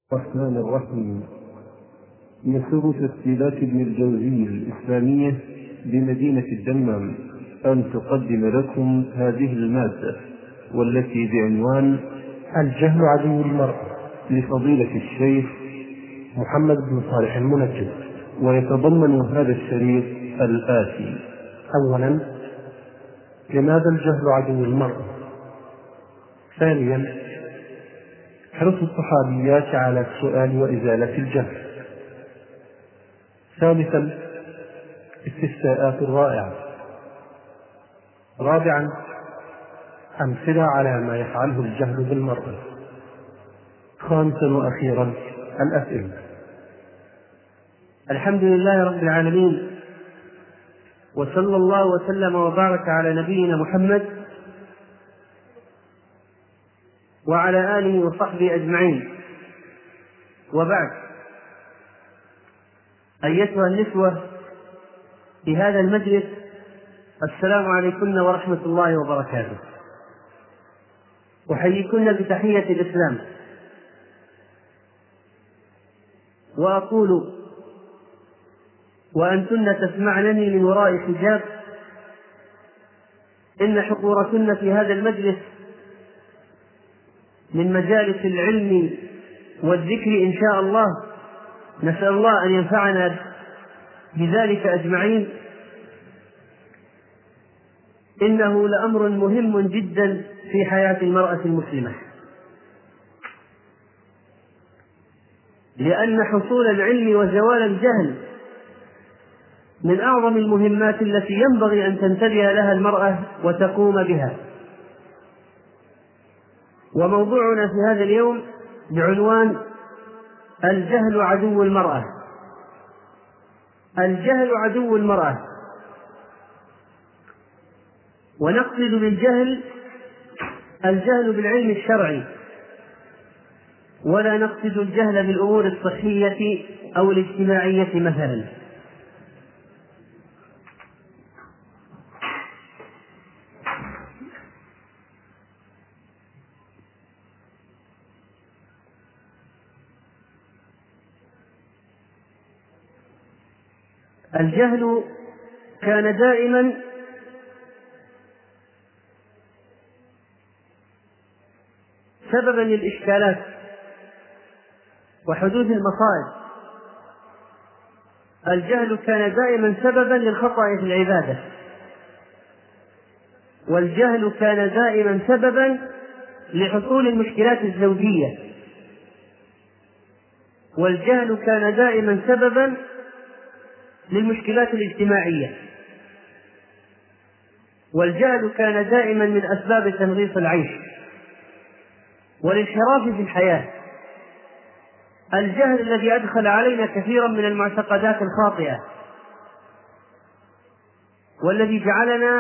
الرحمن الرحيم. يسر تسجيلات ابن الجوزي الإسلامية بمدينة الدمام أن تقدم لكم هذه المادة، والتي بعنوان الجهل عدو المرء، لفضيلة الشيخ محمد بن صالح المنجد. ويتضمن هذا الشريط الآتي: أولا، لماذا الجهل عدو المرء؟ ثانيا، حرص الصحابيات على السؤال وإزالة الجهل. ثالثا، استفتاءات رائعة. رابعا، أمثلة على ما يفعله الجهل بالمرء. خامسا وأخيرا، الأسئلة. الحمد لله رب العالمين، وصلى الله وسلم وبارك على نبينا محمد وعلى آله وصحبه أجمعين، وبعد. أيتها النسوة في هذا المجلس، السلام عليكم ورحمة الله وبركاته. أحييكن بتحية الإسلام، وأقول وأنتن تسمعنني من وراء حجاب إن حضوركن في هذا المجلس من مجالس العلم والذكر إن شاء الله. نسأل الله أن ينفعنا بذلك أجمعين. إنه لأمر مهم جدا في حياة المرأة المسلمة، لأن حصول العلم وزوال الجهل من أعظم المهمات التي ينبغي أن تنتبه لها المرأة وتقوم بها. وموضوعنا في هذا اليوم بعنوان الجهل عدو المرأة. الجهل عدو المرأة، ونقصد بالجهل الجهل بالعلم الشرعي، ولا نقصد الجهل بالأمور الصحية أو الاجتماعية مثلا. الجهل كان دائما سببا للإشكالات وحدوث المصائب. الجهل كان دائما سببا للخطأ في العبادة، والجهل كان دائما سببا لحصول المشكلات الزوجية، والجهل كان دائما سببا للمشكلات الاجتماعية، والجهل كان دائما من أسباب تنغيص العيش والانحراف في الحياة. الجهل الذي أدخل علينا كثيرا من المعتقدات الخاطئة، والذي جعلنا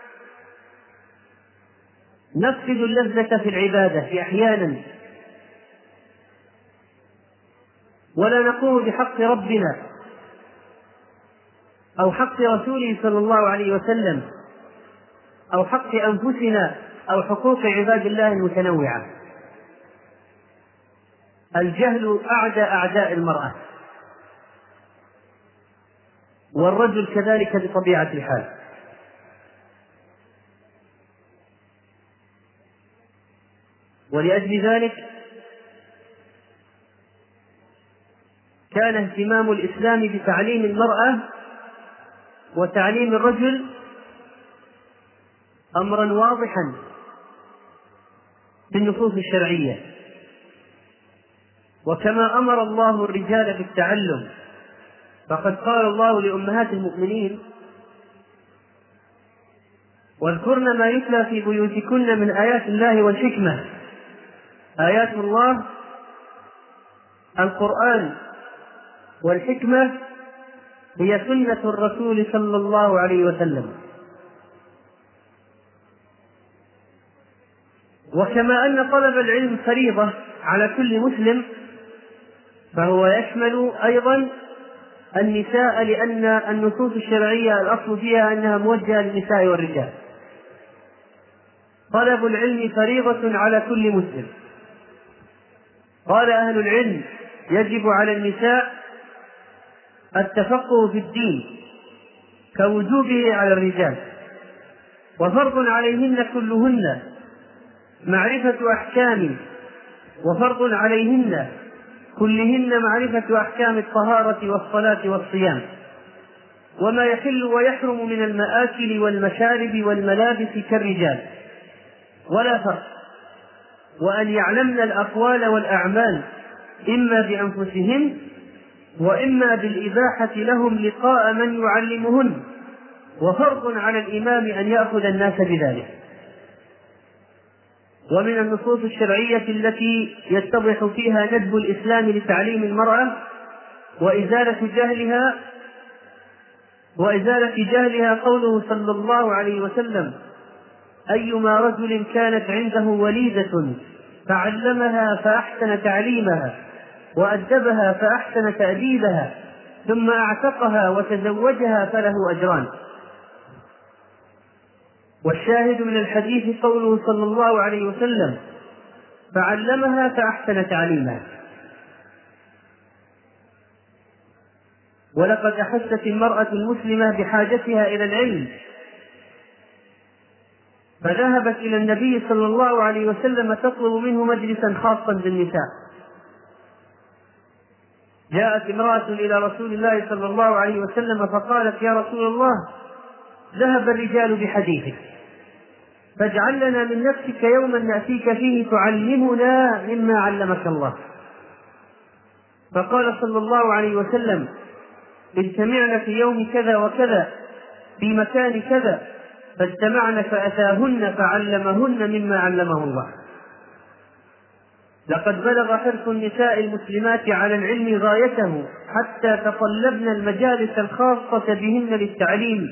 نفقد اللذة في العبادة في أحيانا، ولا نقوم بحق ربنا أو حق رسوله صلى الله عليه وسلم أو حق أنفسنا أو حقوق عباد الله المتنوعة. الجهل أعدى أعداء المرأة، والرجل كذلك بطبيعة الحال. ولأجل ذلك كان اهتمام الإسلام بتعليم المرأة وتعليم الرجل أمرا واضحا في النصوص الشرعية. وكما أمر الله الرجال بالتعلم، فقد قال الله لأمهات المؤمنين: واذكرن ما يتلى في بيوتكن من آيات الله والحكمة. آيات الله القرآن، والحكمة هي سنة الرسول صلى الله عليه وسلم. وكما أن طلب العلم فريضة على كل مسلم، فهو يشمل أيضا النساء، لأن النصوص الشرعية الأصل فيها أنها موجهة للنساء والرجال. طلب العلم فريضة على كل مسلم. قال أهل العلم: يجب على النساء التفقه في الدين كوجوبه على الرجال، وفرض عليهن كلهن معرفة أحكام، وفرض عليهن كلهن معرفة أحكام الطهارة والصلاة والصيام، وما يحل ويحرم من المآكل والمشارب والملابس كالرجال، ولا فرق، وأن يعلمن الأقوال والأعمال إما بأنفسهن وإما بالإباحة لهم لقاء من يعلمهن، وفرض على الإمام أن يأخذ الناس بذلك. ومن النصوص الشرعية التي يتضح فيها ندب الإسلام لتعليم المرأة وإزالة جهلها قوله صلى الله عليه وسلم: أيما رجل كانت عنده وليدة فعلمها فأحسن تعليمها وأدبها فأحسن تأديبها ثم أعتقها وتزوجها فله أجران. والشاهد من الحديث قوله صلى الله عليه وسلم: فعلمها فأحسن تعليمها. ولقد أحست المرأة المسلمة بحاجتها إلى العلم، فذهبت إلى النبي صلى الله عليه وسلم تطلب منه مجلسا خاصا بالنساء. جاءت امرأة إلى رسول الله صلى الله عليه وسلم فقالت: يا رسول الله، ذهب الرجال بحديثك، فاجعل لنا من نفسك يوما نأتيك فيه تعلمنا مما علمك الله. فقال صلى الله عليه وسلم: اجتمعن في يوم كذا وكذا في مكان كذا، فاجتمعن فأتاهن فعلمهن مما علمه الله. لقد بلغ حرص النساء المسلمات على العلم غايته حتى تطلبن المجالس الخاصة بهن للتعليم،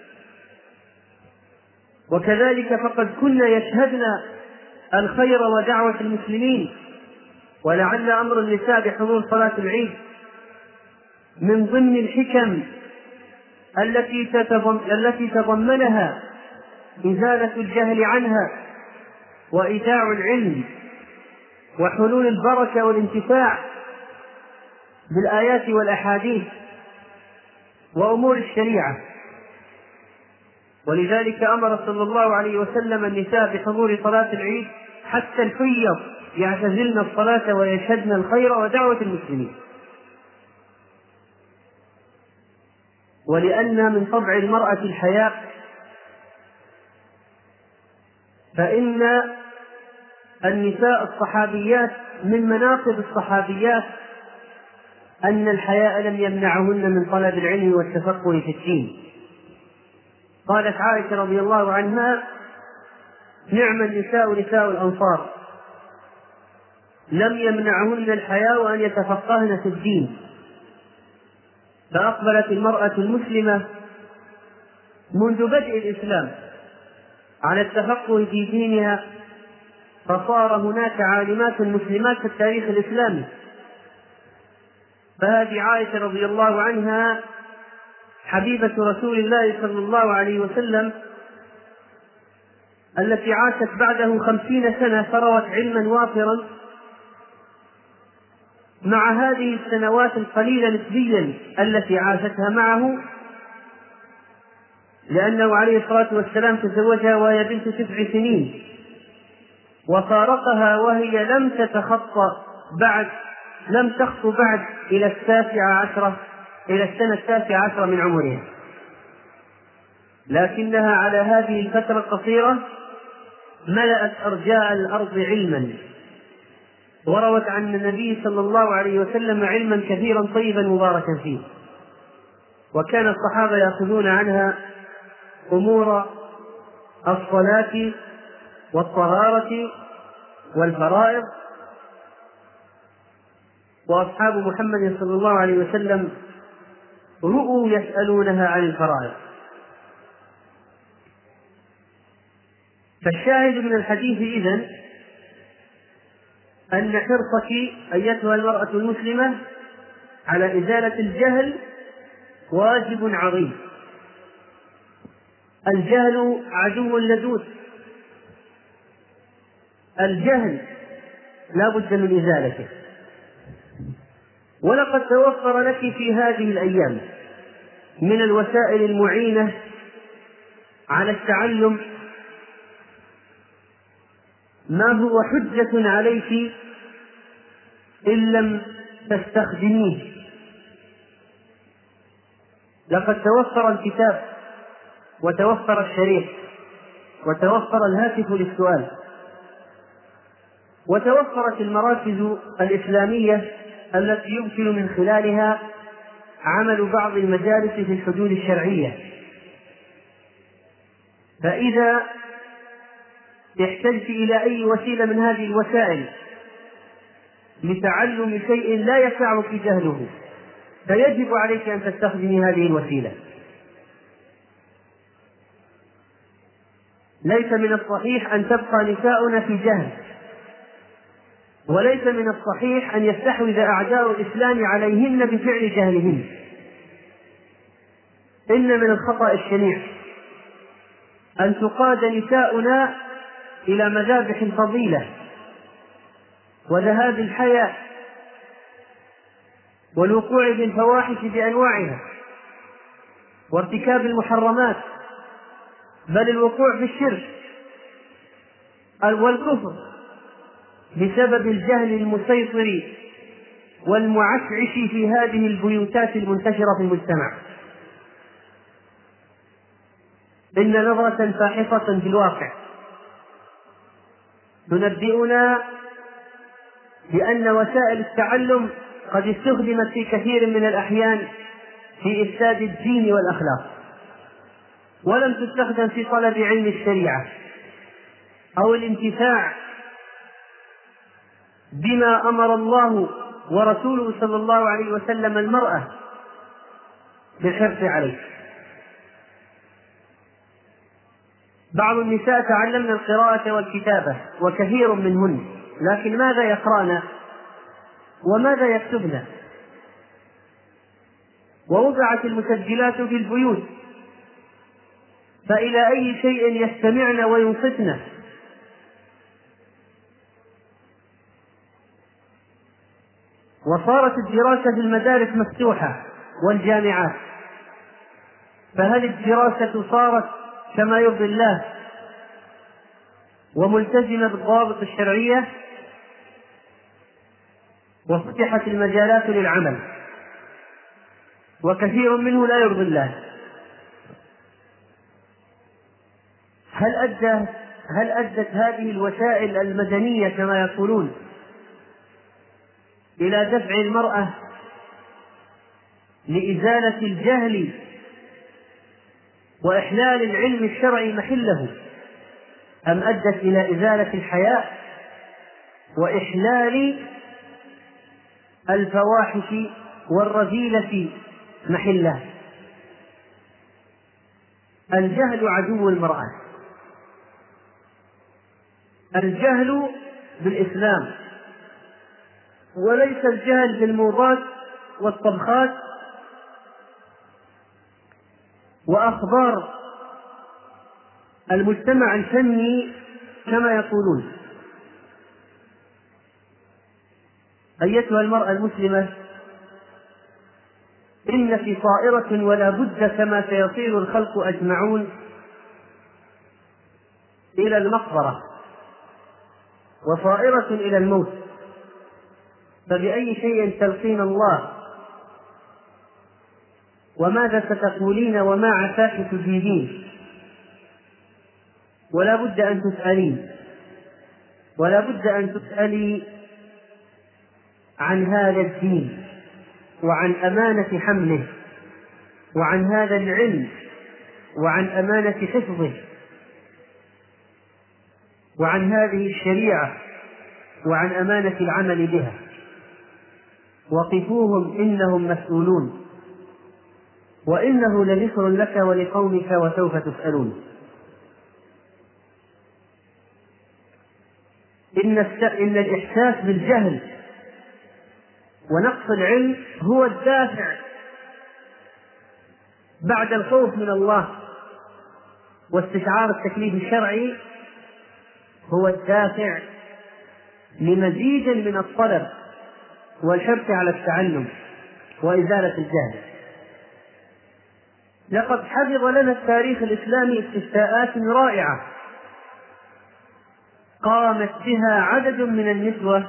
وكذلك فقد كن يشهدن الخير ودعوة المسلمين. ولعل أمر النساء بحضور صلاة العيد من ضمن الحكم التي تضمنها إزالة الجهل عنها وإيداع العلم وحلول البركة والانتفاع بالآيات والأحاديث وأمور الشريعة. ولذلك أمر صلى الله عليه وسلم النساء بحضور صلاة العيد حتى الحيض يعتزلن الصلاة ويشهدن الخير ودعوة المسلمين. ولأن من طبع المرأة الحياء، فإن النساء الصحابيات من مناقب الصحابيات أن الحياء لم يمنعهن من طلب العلم والتفقه في الدين. قالت عائشة رضي الله عنها: نعم النساء نساء الأنصار، لم يمنعهن الحياء أن يتفقهن في الدين. فأقبلت المرأة المسلمة منذ بدء الإسلام على التفقه في دينها، فصار هناك عالمات مسلمات في التاريخ الإسلامي. فهذه عائشة رضي الله عنها حبيبة رسول الله صلى الله عليه وسلم التي عاشت بعده 50 سنة فروت علما وافرا، مع هذه السنوات القليلة نسبيا التي عاشتها معه، لأنه عليه الصلاة والسلام تزوجها وهي بنت 9 سنين، وفارقها وهي لم تخطو بعد إلى السنة 19 من عمرها. لكنها على هذه الفترة القصيرة ملأت أرجاء الأرض علما، وروت عن النبي صلى الله عليه وسلم علما كثيرا طيبا مباركا فيه. وكان الصحابة يأخذون عنها أمور الصلاة والطهارة والفرائض، وأصحاب محمد صلى الله عليه وسلم رؤوا يسألونها عن الفرائض. فالشاهد من الحديث إذن أن حرصك أيتها المرأة المسلمة على إزالة الجهل واجب عظيم. الجهل عدو لدود، الجهل لا بد من إزالته. ولقد توفر لك في هذه الأيام من الوسائل المعينة على التعلم ما هو حجة عليك إن لم تستخدميه. لقد توفر الكتاب، وتوفر الشريط، وتوفر الهاتف للسؤال، وتوفرت المراكز الإسلامية التي يمكن من خلالها عمل بعض المجالس في الحدود الشرعية. فإذا احتجت إلى أي وسيلة من هذه الوسائل لتعلم شيء لا يسعك جهله فيجب عليك أن تستخدمي هذه الوسيلة. ليس من الصحيح أن تبقى نساؤنا في جهل، وليس من الصحيح أن يستحوذ أعداء الإسلام عليهن بفعل جهلهن. إن من الخطأ الشنيع أن تقاد نساؤنا إلى مذابح الفضيلة وذهاب الحياء والوقوع بالفواحش بأنواعها وارتكاب المحرمات، بل الوقوع في الشرك والكفر بسبب الجهل المسيطر والمعشعش في هذه البيوتات المنتشرة في المجتمع. إن نظرة فاحصة في الواقع تنبئنا بأن وسائل التعلم قد استخدمت في كثير من الأحيان في إفساد الدين والأخلاق، ولم تستخدم في طلب علم الشريعة أو الانتفاع بما أمر الله ورسوله صلى الله عليه وسلم المرأة بالحرص عليه. بعض النساء تعلمن القراءة والكتابة وكثير منهن، لكن ماذا يقرأن وماذا يكتبن؟ ووضعت المسجلات في البيوت، فإلى أي شيء يستمعن وينصتن؟ وصارت الدراسة في المدارس مفتوحة والجامعات، فهل الدراسة صارت كما يرضي الله وملتزمة بالضوابط الشرعية؟ وفتحت المجالات للعمل وكثير منه لا يرضي الله. هل أدت هذه الوسائل المدنية كما يقولون إلى دفع المرأة لإزالة الجهل وإحلال العلم الشرعي محله، أم أدت إلى إزالة الحياء وإحلال الفواحش والرذيلة محله؟ الجهل عدو المرأة. الجهل بالإسلام، وليس الجهل بالموضات والطبخات وأخبار المجتمع الفني كما يقولون. أيتها المرأة المسلمة، إنك طائرة ولا بد كما سيطير الخلق أجمعون إلى المقبرة، وطائرة إلى الموت، فبأي شيء تلقين الله؟ وماذا ستقولين وما عساك تجيبين؟ ولا بد أن تسألين، ولا بد أن تسألي عن هذا الدين وعن أمانة حمله وعن هذا العلم وعن أمانة حفظه وعن هذه الشريعة وعن أمانة العمل بها. وقفوهم إنهم مسؤولون، وإنه لذكر لك ولقومك وسوف تسألون. إن الإحساس بالجهل ونقص العلم هو الدافع بعد الخوف من الله واستشعار التكليف الشرعي، هو الدافع لمزيد من الطلب والحرص على التعلم وإزالة الجهل. لقد حفظ لنا التاريخ الإسلامي استفتاءات رائعة قامت بها عدد من النسوة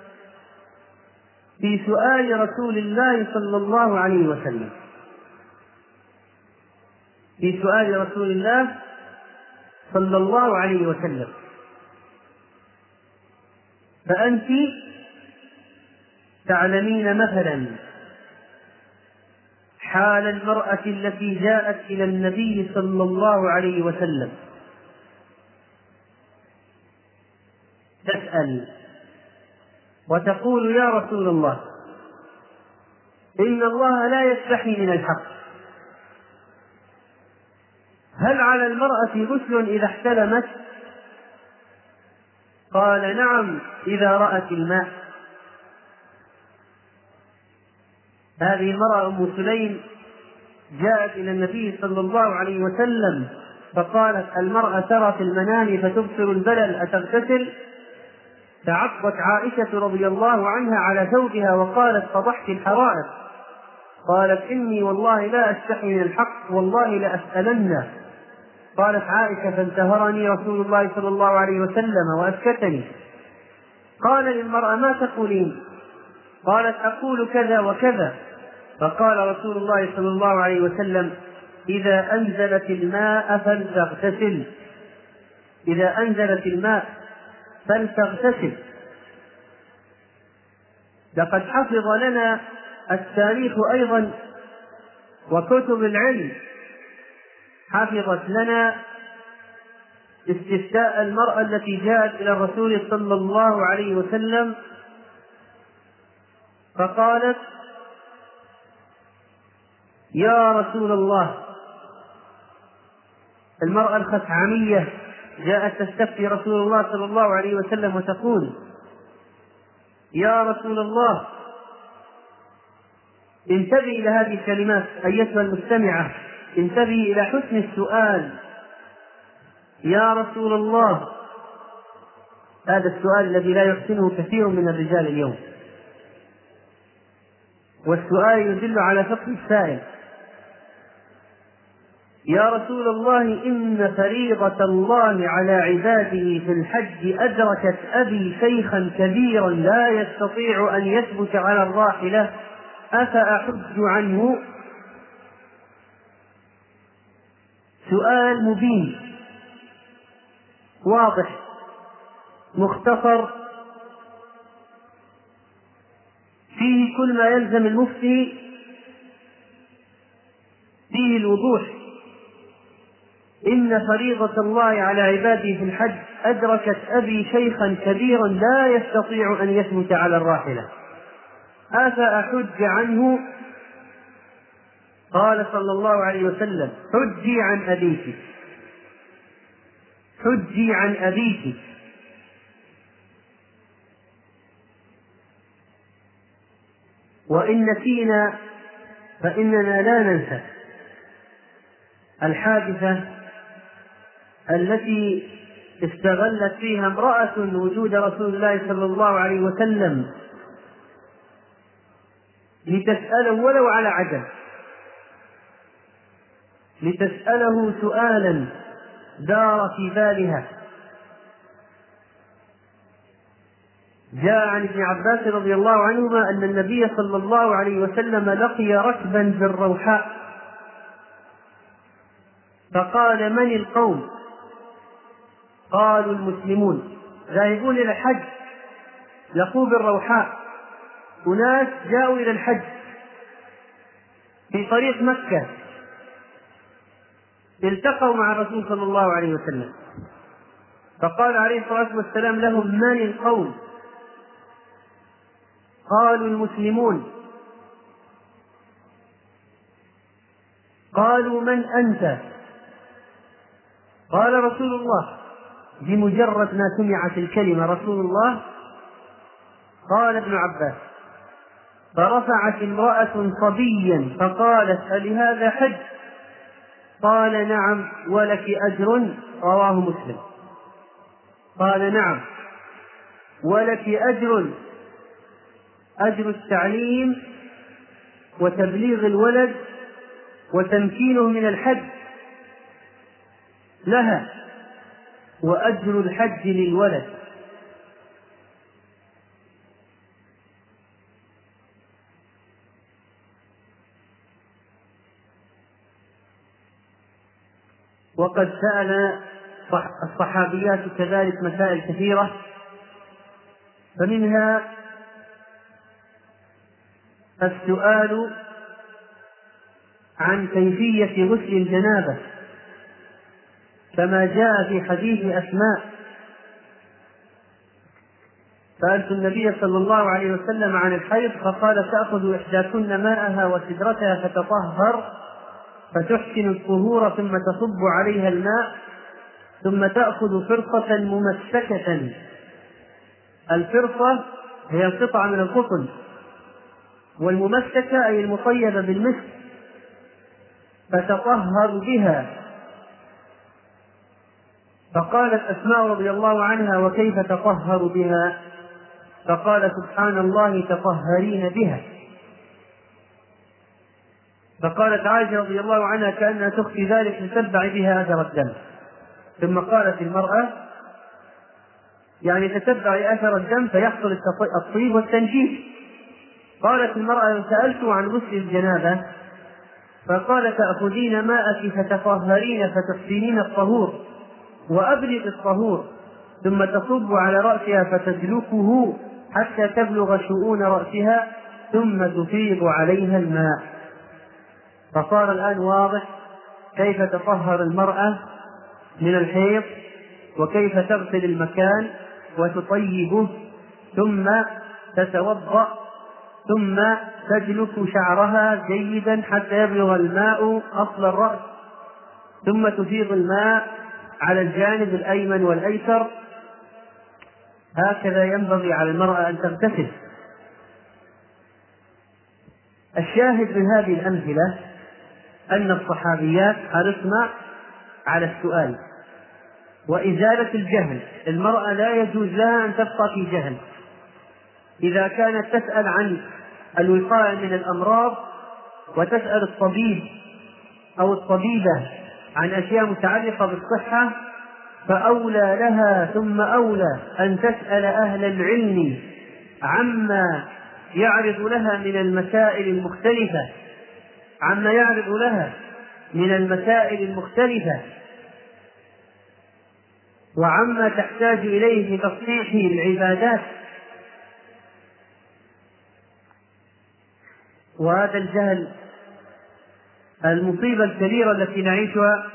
في سؤال رسول الله صلى الله عليه وسلم، في سؤال رسول الله صلى الله عليه وسلم. فأنت تعلمين مثلا حال المرأة التي جاءت إلى النبي صلى الله عليه وسلم تسأل وتقول: يا رسول الله، إن الله لا يستحي من الحق، هل على المرأة غسل إذا احتلمت؟ قال: نعم، إذا رأت الماء. هذه المرأة أم سليم جاءت إلى النبي صلى الله عليه وسلم فقالت: المرأة ترى في المنام فتبصر البلل أتغتسل؟ فعقبت عائشة رضي الله عنها على ثوبها وقالت: فضحت الحرائر. قالت: إني والله لا أستحي من الحق، والله لأسألن. قالت عائشة: فانتهرني رسول الله صلى الله عليه وسلم وأسكتني. قال للمرأة: ما تقولين؟ قالت: أقول كذا وكذا. فقال رسول الله صلى الله عليه وسلم: إذا أنزلت الماء فلتغتسل، إذا أنزلت الماء فلتغتسل. لقد حفظ لنا التاريخ أيضا وكتب العلم حفظت لنا استفتاء المرأة التي جاءت إلى الرسول صلى الله عليه وسلم فقالت: يا رسول الله، المرأة الخثعمية جاءت تستفتي رسول الله صلى الله عليه وسلم وتقول: يا رسول الله، انتبهي إلى هذه الكلمات أيتها المستمعة، انتبهي إلى حسن السؤال. يا رسول الله، هذا السؤال الذي لا يحسنه كثير من الرجال اليوم، والسؤال يدل على فقه السائل. يا رسول الله، إن فريضة الله على عباده في الحج أدركت أبي شيخا كبيرا لا يستطيع أن يثبت على الراحلة، أفأحج عنه؟ سؤال مبين واضح مختصر فيه كل ما يلزم المفتي، فيه الوضوح. إن فريضة الله على عباده في الحج أدركت أبي شيخا كبيرا لا يستطيع أن يثبت على الراحلة، أفأحج عنه؟ قال صلى الله عليه وسلم: حجي عن أبيك، حجي عن أبيك. وإن نسينا فإننا لا ننسى الحادثة التي استغلت فيها امرأة وجود رسول الله صلى الله عليه وسلم لتسأله ولو على عجل، لتسأله سؤالا دار في بالها. جاء عن ابن عباس رضي الله عنهما أن النبي صلى الله عليه وسلم لقي ركبا بالروحاء فقال: من القوم؟ قالوا: المسلمون ذاهبون إلى الحج، لقوا بالروحاء أناس جاءوا إلى الحج في طريق مكة، التقوا مع الرسول صلى الله عليه وسلم، فقال عليه الصلاة والسلام لهم: من القوم؟ قالوا: المسلمون. قالوا: من أنت؟ قال: رسول الله. بمجرد ما سمعت الكلمة رسول الله قال ابن عباس: فرفعت امرأة صبيا فقالت: ألهذا حج؟ قال: نعم، ولك أجر. رواه مسلم. قال: نعم، ولك أجر. أجر التعليم وتبليغ الولد وتمكينه من الحج لها، وأجر الحج للولد. وقد سأل الصحابيات كذلك مسائل كثيرة، فمنها السؤال عن كيفية غسل الجنابة كما جاء في حديث أسماء: سألت النبي صلى الله عليه وسلم عن الحيض فقال: تأخذ إحداكن ماءها وسدرتها فتطهر فتحسن الطهور ثم تصب عليها الماء ثم تأخذ فرصة ممسكة. الفرصة هي القطعة من القطن، والممسكة أي المطيبة بالمسك، فتطهر بها. فقالت أسماء رضي الله عنها: وكيف تطهر بها؟ فقال: سبحان الله تطهرين بها. فقالت عائشة رضي الله عنها: كأنها تخفي ذلك تتبع بها أثر الدم. ثم قالت المرأة: يعني تتبع أثر الدم فيحصل الطيب والتنجيس. قالت المرأة: سألت عن غسل الجنابة فقال: تأخذين ماءك فتطهرين فتحسنين الطهور وأبلغ الطهور ثم تصب على رأسها فتدلكه حتى تبلغ شؤون رأسها ثم تفيض عليها الماء. فصار الآن واضح كيف تطهر المرأة من الحيض وكيف تغسل المكان وتطيبه، ثم تتوضأ، ثم تجلس شعرها جيدا حتى يبلغ الماء أصل الرأس، ثم تفيض الماء على الجانب الأيمن والأيسر. هكذا ينبغي على المرأة أن تغتسل. الشاهد من هذه الأمثلة أن الصحابيات حرصن على السؤال وإزالة الجهل. المرأة لا يجوز لها أن تبقى في جهل. إذا كانت تسأل عن الوقاية من الأمراض وتسأل الطبيب أو الطبيبة عن أشياء متعلقة بالصحة، فأولى لها ثم أولى أن تسأل أهل العلم عما يعرض لها من المسائل المختلفة وعما تحتاج إليه في تصحيح العبادات. وهذا الجهل المصيبة الكبيرة التي نعيشها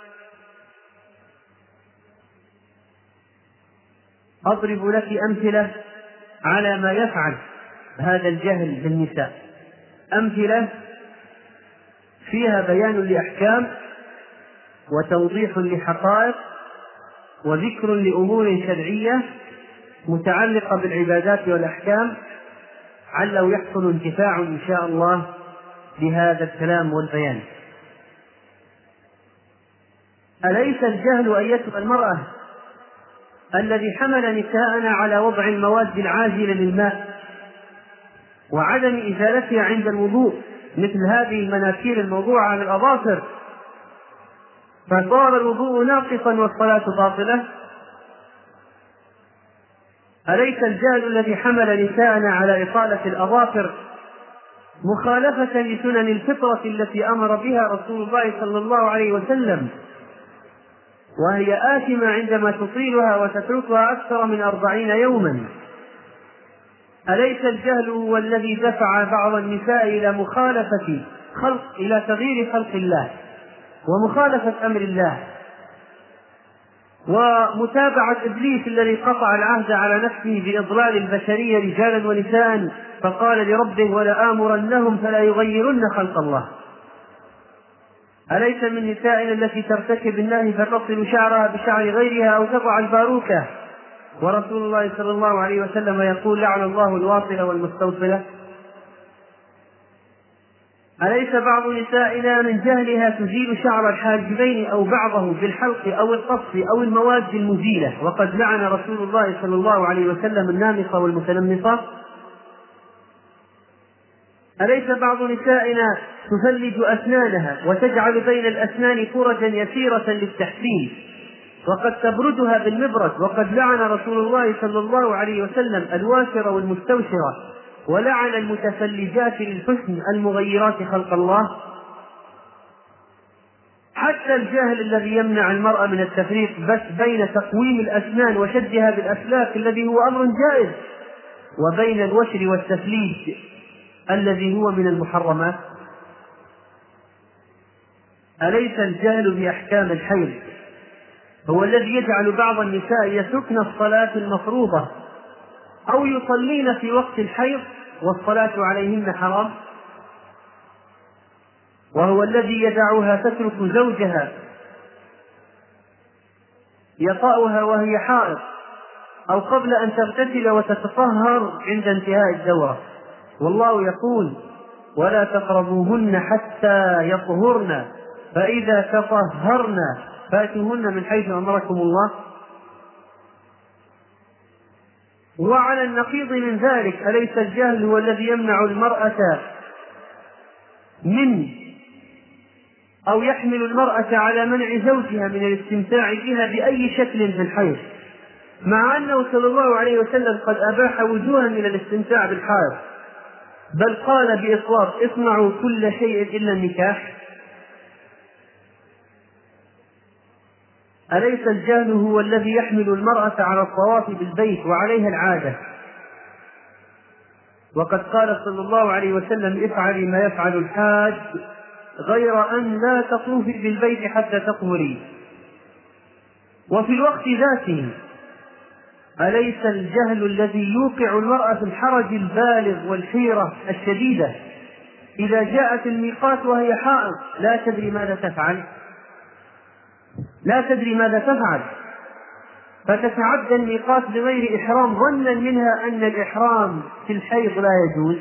أضرب لك أمثلة على ما يفعل هذا الجهل بالنساء، أمثلة فيها بيان لأحكام وتوضيح لحقائق وذكر لأمور شرعية متعلقة بالعبادات والأحكام، علّه يحصل انتفاع إن شاء الله بهذا الكلام والبيان. أليس الجهل أيتها المرأة الذي حمل نساءنا على وضع المواد العاجلة للماء وعدم إزالتها عند الوضوء مثل هذه المناكير الموضوعة على الأظافر، فصار الوضوء ناقصا والصلاة باطلة؟ أليس الجهل الذي حمل نساءنا على إطالة الأظافر مخالفة لسنن الفطرة التي أمر بها رسول الله صلى الله عليه وسلم، وهي آثمة عندما تطيلها وتتركها أكثر من 40 يوما؟ أليس الجهل هو الذي دفع بعض النساء إلى تغيير خلق الله ومخالفة أمر الله ومتابعة إبليس الذي قطع العهد على نفسه بإضلال البشرية رجالا ونساء، فقال لربه: ولآمرنهم فلا يغيرن خلق الله؟ أليس من نسائنا التي ترتكب النهي فتصل شعرها بشعر غيرها أو تضع الباروكة، ورسول الله صلى الله عليه وسلم يقول: لعن الله الواصلة والمستوصلة؟ أليس بعض نسائنا من جهلها تزيل شعر الحاجبين أو بعضه بالحلق أو القص أو المواد المزيلة، وقد لعن رسول الله صلى الله عليه وسلم النامصة والمتنمصة؟ أليس بعض نسائنا تثلج أسنانها وتجعل بين الأسنان فرجا يسيرة للتحسين وقد تبردها بالمبرد، وقد لعن رسول الله صلى الله عليه وسلم الواشرة والمستوشرة، ولعن المتفلجات للحسن المغيرات خلق الله. حتى الجهل الذي يمنع المرأة من التفريق بس بين تقويم الأسنان وشدها بالأسلاك الذي هو أمر جائز، وبين الوشر والتفليج الذي هو من المحرمات. أليس الجهل بأحكام الحيض هو الذي يجعل بعض النساء يتركن الصلاة المفروضة أو يصلين في وقت الحيض والصلاة عليهن حرام؟ وهو الذي يدعها تترك زوجها يطأها وهي حائض أو قبل أن تغتسل وتتطهر عند انتهاء الدورة، والله يقول: ولا تقربوهن حتى يطهرن فإذا تطهرن فاتوهن من حيث أمركم الله. وعلى النقيض من ذلك، أليس الجهل هو الذي يمنع المرأة من أو يحمل المرأة على منع زوجها من الاستمتاع بها بأي شكل في الحيض، مع أنه صلى الله عليه وسلم قد أباح وجوها من الاستمتاع بالحيض، بل قال بإطلاق: اصنعوا كل شيء إلا النكاح. أليس الجهل هو الذي يحمل المرأة على الطواف بالبيت وعليها العادة، وقد قال صلى الله عليه وسلم: افعلي ما يفعل الحاج غير أن لا تطوفي بالبيت حتى تطهري. وفي الوقت ذاته أليس الجهل الذي يوقع المرأة في الحرج البالغ والحيرة الشديدة إذا جاءت الميقات وهي حائض لا تدري ماذا تفعل فتتعدى الميقات بغير إحرام ظنا منها أن الإحرام في الحيض لا يجوز،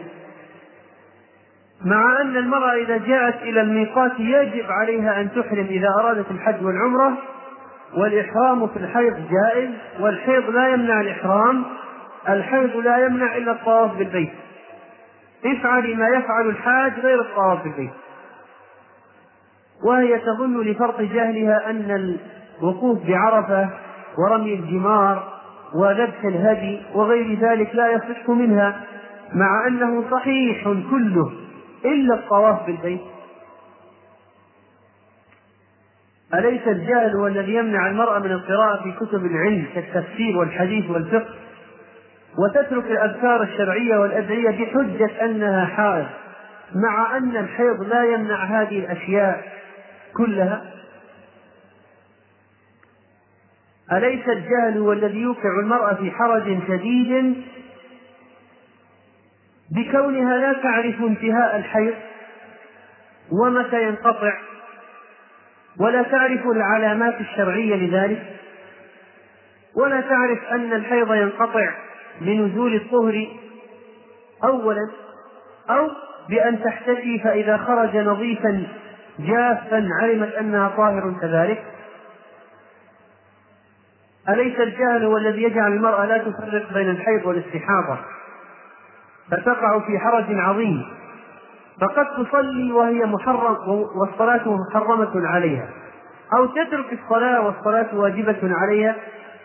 مع أن المرأة إذا جاءت إلى الميقات يجب عليها أن تحرم إذا أرادت الحج والعمرة، والإحرام في الحيض جائز، والحيض لا يمنع الإحرام، الحيض لا يمنع إلا الطواف بالبيت. افعلي ما يفعل الحاج غير الطواف بالبيت. وهي تظن لفرط جهلها أن الوقوف بعرفة ورمي الجمار وذبح الهدي وغير ذلك لا يصح منها، مع أنه صحيح كله إلا الطواف بالبيت. أليس الجهل هو الذي يمنع المرأة من القراءة في كتب العلم كالتفسير والحديث والفقه، وتترك الأذكار الشرعية والأدعية بحجة أنها حائض، مع أن الحيض لا يمنع هذه الأشياء كلها؟ أليس الجهل هو الذي يوقع المرأة في حرج شديد بكونها لا تعرف انتهاء الحيض ومتى ينقطع، ولا تعرف العلامات الشرعية لذلك، ولا تعرف أن الحيض ينقطع بنزول الطهر أولا، أو بأن تحتشي فإذا خرج نظيفا جافا علمت أنها طاهر كذلك؟ أليس الجهل هو الذي يجعل المرأة لا تفرق بين الحيض والاستحاضة فتقع في حرج عظيم، فقد تصلي وهي والصلاة محرمة عليها، أو تترك الصلاة والصلاة واجبة عليها،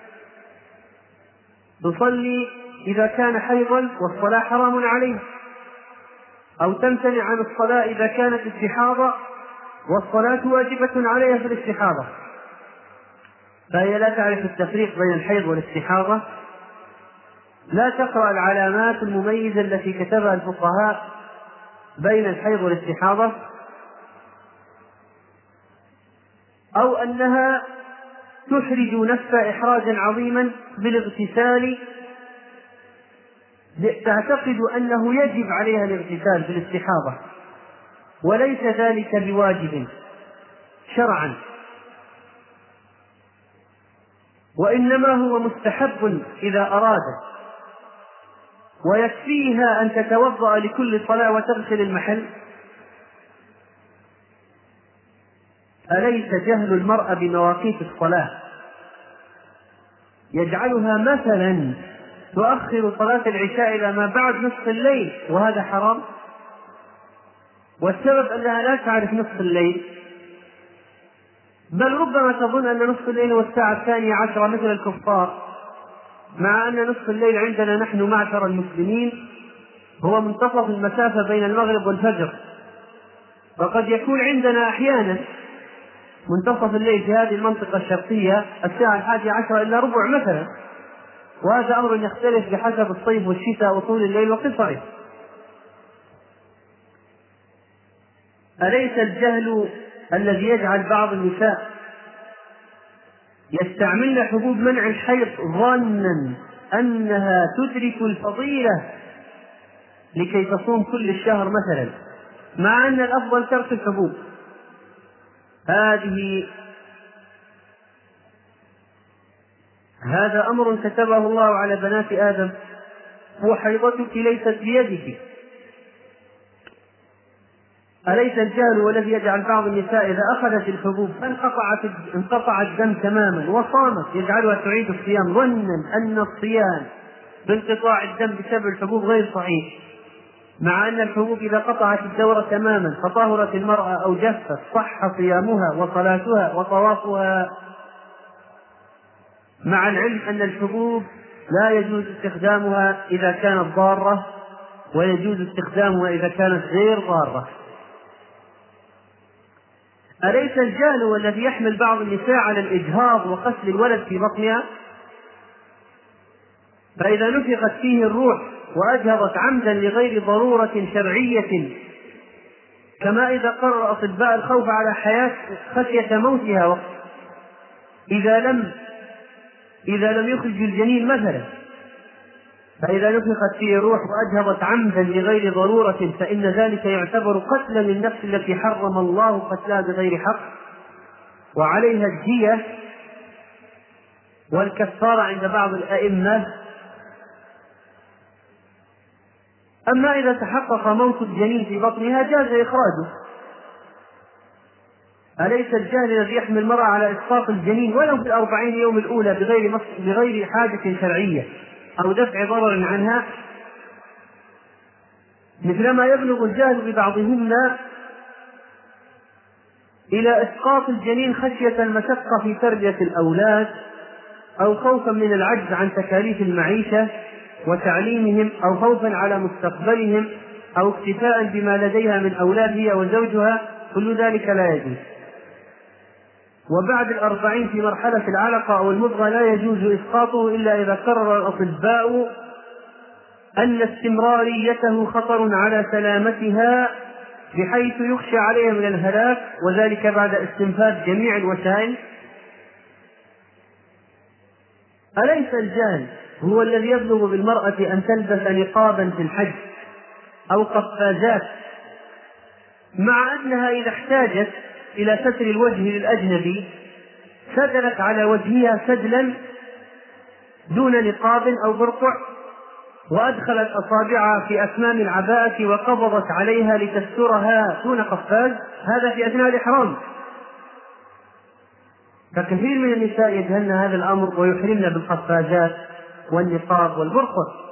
تصلي إذا كان حيضا والصلاة حرام عليها، أو تمتنع عن الصلاة إذا كانت استحاضة والصلاة واجبة عليها في الاستحاضة، فهي لا تعرف التفريق بين الحيض والاستحاضة، لا تقرأ العلامات المميزة التي كتبها الفقهاء بين الحيض والاستحاضة، أو أنها تحرج نفسها إحراجا عظيما بالاغتسال، تعتقد أنه يجب عليها الاغتسال في الاستحاضة، وليس ذلك بواجب شرعا، وإنما هو مستحب إذا أرادت، ويكفيها أن تتوضأ لكل صلاة وتغسل المحل. أليس جهل المرأة بمواقيت الصلاة يجعلها مثلا تؤخر صلاة العشاء إلى ما بعد نصف الليل، وهذا حرام؟ والسبب أنها لا تعرف نصف الليل، بل ربما تظن أن نصف الليل هو الساعة 12 مثل الكفار، مع أن نصف الليل عندنا نحن معشر المسلمين هو منتصف المسافة بين المغرب والفجر، وقد يكون عندنا أحيانا منتصف الليل في هذه المنطقة الشرقية الساعة 11 إلا ربع مثلا، وهذا أمر يختلف بحسب الصيف والشتاء وطول الليل وقصره. أليس الجهل الذي يجعل بعض النساء يستعملن حبوب منع الحيض ظنا أنها تدرك الفضيلة لكي تصوم كل الشهر مثلا، مع أن الأفضل ترك الحبوب؟ هذا أمر كتبه الله على بنات آدم، وحيضتك ليست بيدك. أليس الجهل والذي يجعل بعض النساء إذا أخذت الحبوب انقطع الدم تماما وصامت يجعلها تعيد الصيام ظنا أن الصيام بانقطاع الدم بسبب الحبوب غير صحيح، مع أن الحبوب إذا قطعت الدورة تماما فطهرت المرأة أو جفت صح صيامها وصلاتها وطوافها، مع العلم أن الحبوب لا يجوز استخدامها إذا كانت ضارة ويجوز استخدامها إذا كانت غير ضارة. أليس الجهل والذي يحمل بعض النساء على الإجهاض وقتل الولد في بطنها؟ فإذا نفخت فيه الروح وأجهضت عمدا لغير ضرورة شرعية، كما إذا قرر أطباء الخوف على حياة خشية موتها إذا لم يخرج الجنين مثلا، فإذا نفخت فيه الروح وأجهضت عمدا لغير ضرورة فإن ذلك يعتبر قتلا للنفس التي حرم الله قتلها بغير حق، وعليها الدية والكفارة عند بعض الأئمة. أما إذا تحقق موت الجنين في بطنها جاز إخراجه. أليس الجهل الذي يحمل المرأة على إسقاط الجنين ولو في 40 يوم الأولى بغير حاجة شرعية أو دفع ضرر عنها، مثلما يبلغ الجهل ببعضهن إلى إسقاط الجنين خشية المشقة في تربية الأولاد أو خوفا من العجز عن تكاليف المعيشة وتعليمهم أو خوفا على مستقبلهم أو اكتفاء بما لديها من أولاد هي وزوجها، كل ذلك لا يجوز. وبعد 40 في مرحلة العلقة أو المضغة لا يجوز إسقاطه إلا إذا قرر الأطباء أن استمراريته خطر على سلامتها بحيث يخشى عليها من الهلاك، وذلك بعد استنفاذ جميع الوسائل. أليس الجهل هو الذي يبلغ بالمرأة أن تلبس نقابا في الحج أو قفازات، مع أنها إذا احتاجت إلى ستر الوجه للأجنبي سدلت على وجهها سدلا دون نقاب أو برقع، وأدخلت أصابعها في أكمام العباءة وقبضت عليها لتسترها دون قفاز، هذا في أثناء الإحرام. فكثير من النساء يجهلن هذا الأمر ويحرمن بالقفازات والنقاب والبرقع.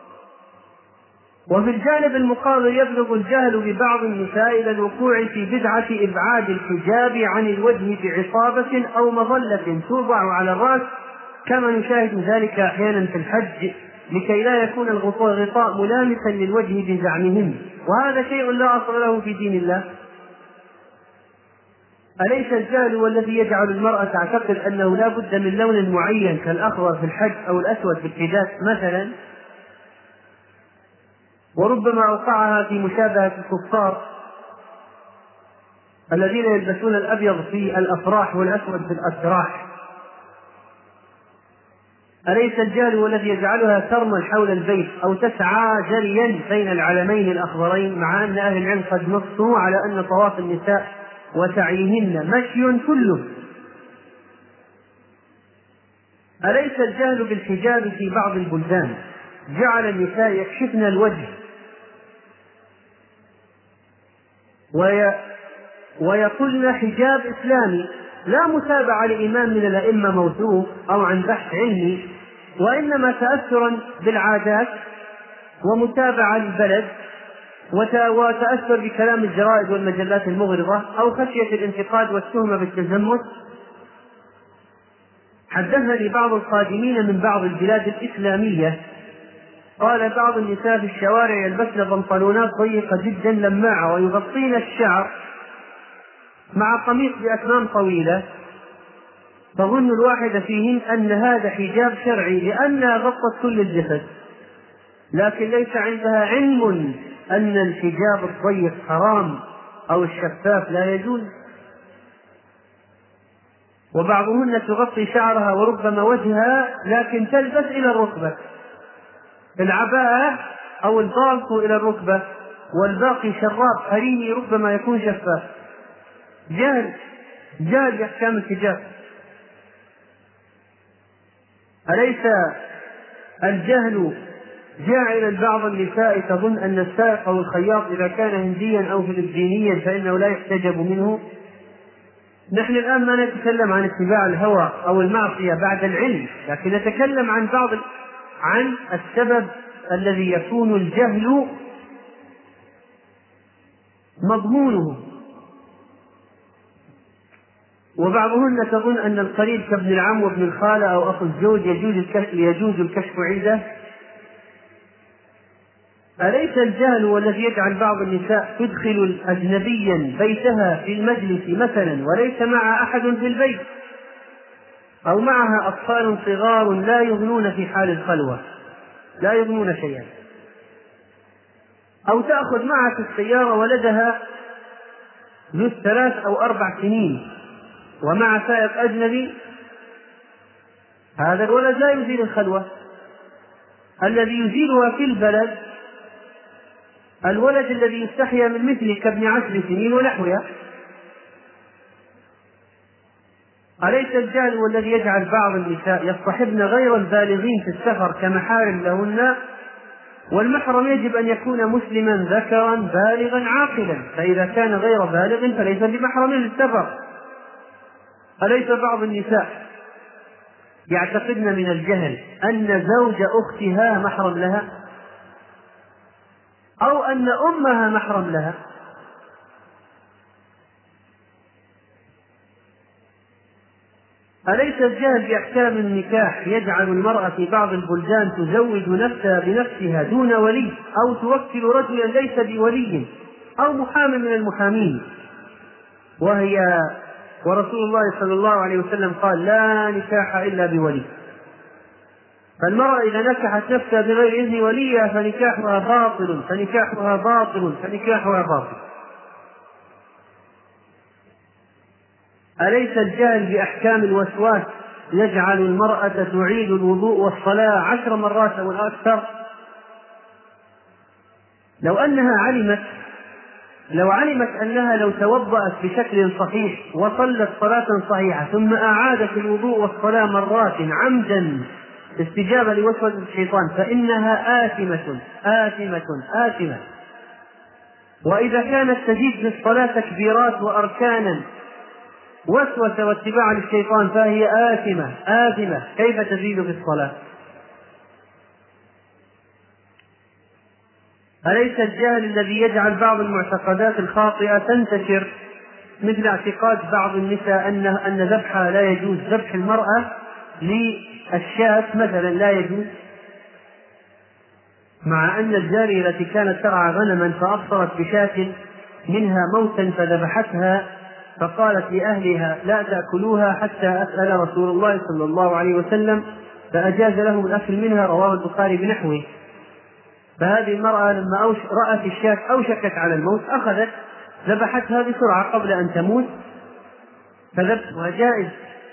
وفي الجانب المقابل يبلغ الجهل ببعض النساء إلى الوقوع في بدعة إبعاد الحجاب عن الوجه بعصابة أو مظلة توضع على الرأس، كما نشاهد ذلك أحيانا في الحج لكي لا يكون الغطاء ملامسا للوجه بزعمهم، وهذا شيء لا أصل له في دين الله. أليس الجهل والذي يجعل المرأة تعتقد أنه لا بد من لون معين كالأخضر في الحج أو الأسود في الحجاب مثلا، وربما أوقعها في مشابهة الكفار الذين يلبسون الأبيض في الأفراح والأسود في الأسراح؟ أليس الجهل والذي يجعلها ترمل حول البيت أو تسعى جريا بين العلمين الأخضرين، مع أن أهل العلم قد نصوا على أن طواف النساء وسعيهن مشي كله؟ أليس الجهل بالحجاب في بعض البلدان جعل النساء يكشفن الوجه ويقولن حجاب إسلامي لا متابعة لإمام من الأئمة موثوق أو عن بحث علمي، وإنما تأثرا بالعادات ومتابعة للبلد وتأثر بكلام الجرائد والمجلات المغرضة أو خشية الانتقاد والتهمة بالتزمت. حدثني بعض القادمين من بعض البلاد الإسلامية قال بعض النساء في الشوارع يلبسن بنطلونات ضيقة جدا لماعة ويغطين الشعر مع قميص بأكمام طويلة، تظن الواحدة فيهن أن هذا حجاب شرعي لأنها غطت كل الجسد، لكن ليس عندها علم أن الحجاب الضيق حرام أو الشفاف لا يجوز. وبعضهن تغطي شعرها وربما وجهها لكن تلبس إلى الركبة، العباءة أو البالطو إلى الركبة، والباقي شراب حريمي ربما يكون شفاف. جهل بأحكام الحجاب. أليس الجهل جاعل بعض النساء تظن أن السائق أو الخياط إذا كان هنديا أو فلبينيا فإنه لا يحتجب منه؟ نحن الآن ما نتكلم عن اتباع الهوى أو المعصية بعد العلم، لكن نتكلم عن السبب الذي يكون الجهل مضمونه. وبعضهن تظن أن القريب كابن العم وابن الخالة أو أخو الزوج يجوز الكشف عنده. أليس الجهل هو الذي يجعل بعض النساء تدخل أجنبيا بيتها في المجلس مثلا وليس مع أحد في البيت، أو معها أطفال صغار لا يغنون في حال الخلوة، لا يغنون شيئا، أو تأخذ معها في السيارة ولدها ذو 3 أو 4 سنين ومع سائق أجنبي، هذا الولد لا يزيل الخلوة. الذي يزيلها في البلد الولد الذي يستحيا من مثله كابن 10 سنين ونحوها. أليس الجهل هو الذي يجعل بعض النساء يصطحبن غير البالغين في السفر كمحارم لهن، والمحرم يجب أن يكون مسلما ذكرا بالغا عاقلا، فإذا كان غير بالغ فليس بمحرم للسفر. أليس بعض النساء يعتقدن من الجهل أن زوج أختها محرم لها أو أن أمها محرم لها؟ أليس الجهل بأحكام النكاح يجعل المرأة في بعض البلدان تزوج نفسها بنفسها دون ولي، أو توكل رجلا ليس بولي أو محامي من المحامين، ورسول الله صلى الله عليه وسلم قال لا نكاح إلا بولي. فالمرأة إذا نكحت نفسها بغير إذن وليها فنكاحها باطل فنكاحها باطل فنكاحها باطل. أليس الجهل بأحكام الوسواس يجعل المرأة تعيد الوضوء والصلاة 10 مرات أو أكثر؟ لو علمت أنها لو توضأت بشكل صحيح وصلت صلاة صحيحة ثم أعادت الوضوء والصلاة مرات عمدا استجابة لوسوسة الشيطان فإنها آثمة. وإذا كانت تزيد في الصلاة تكبيرات وأركانا وسوسة واتباع للشيطان فهي آثمة. كيف تزيد في الصلاة؟ أليس الجهل الذي يجعل بعض المعتقدات الخاطئة تنتشر، مثل اعتقاد بعض النساء أن ذبحها لا يجوز، ذبح المرأة للشاة مثلا لا يجوز، مع أن الجارية التي كانت ترعى غنما فأبصرت بشاة منها موتا فذبحتها فقالت لأهلها لا تأكلوها حتى أسأل رسول الله صلى الله عليه وسلم فأجاز لهم الأكل منها، رواه البخاري بنحوه. فهذه المرأة لما رأت الشاة أوشكت على الموت أخذت ذبحتها بسرعة قبل أن تموت، فذبحها جائز.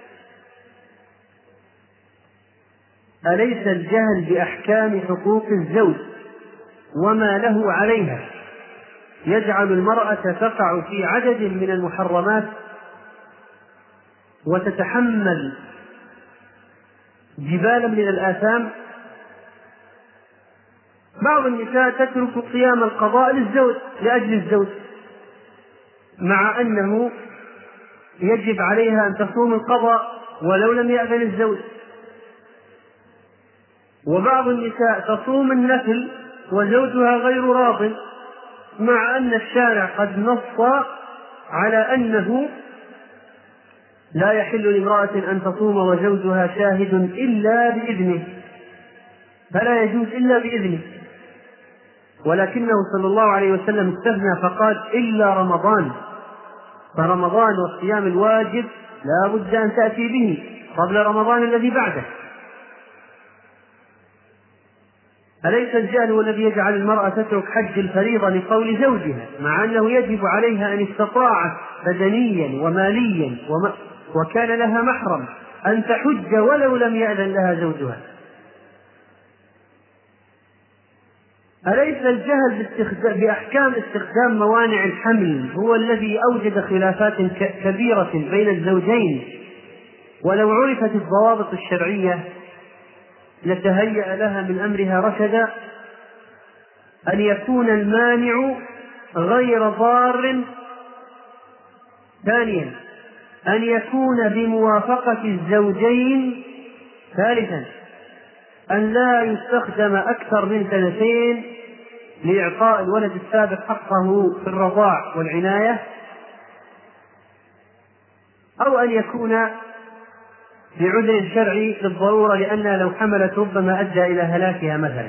أليس الجهل بأحكام حقوق الزوج وما له عليها يجعل المرأة تقع في عدد من المحرمات وتتحمل جبالا من الآثام؟ بعض النساء تترك صيام القضاء للزوج لأجل الزوج، مع أنه يجب عليها أن تصوم القضاء ولو لم يأذن الزوج. وبعض النساء تصوم النفل وزوجها غير راض مع أن الشارع قد نص على أنه لا يحل لامرأة أن تصوم وزوجها شاهد إلا بإذنه، فلا يجوز إلا بإذنه، ولكنه صلى الله عليه وسلم استثنى فقال إلا رمضان، فرمضان والصيام الواجب لا بد أن تأتي به قبل رمضان الذي بعده. أليس الجهل هو الذي يجعل المرأة تترك حج الفريضة لقول زوجها مع أنه يجب عليها أن استطاعت بدنيا وماليا وكان لها محرم أن تحج ولو لم يأذن لها زوجها؟ أليس الجهل بأحكام استخدام موانع الحمل هو الذي أوجد خلافات كبيرة بين الزوجين؟ ولو عرفت الضوابط الشرعية لتهيأ لها من أمرها رشدا. أن يكون المانع غير ضار. ثانيا أن يكون بموافقة الزوجين. ثالثا أن لا يستخدم أكثر من 2 لإعطاء الولد السابق حقه في الرضاع والعناية، أو أن يكون بعذر شرعي للضرورة لأنها لو حملت ربما أدى إلى هلاكها مثلا.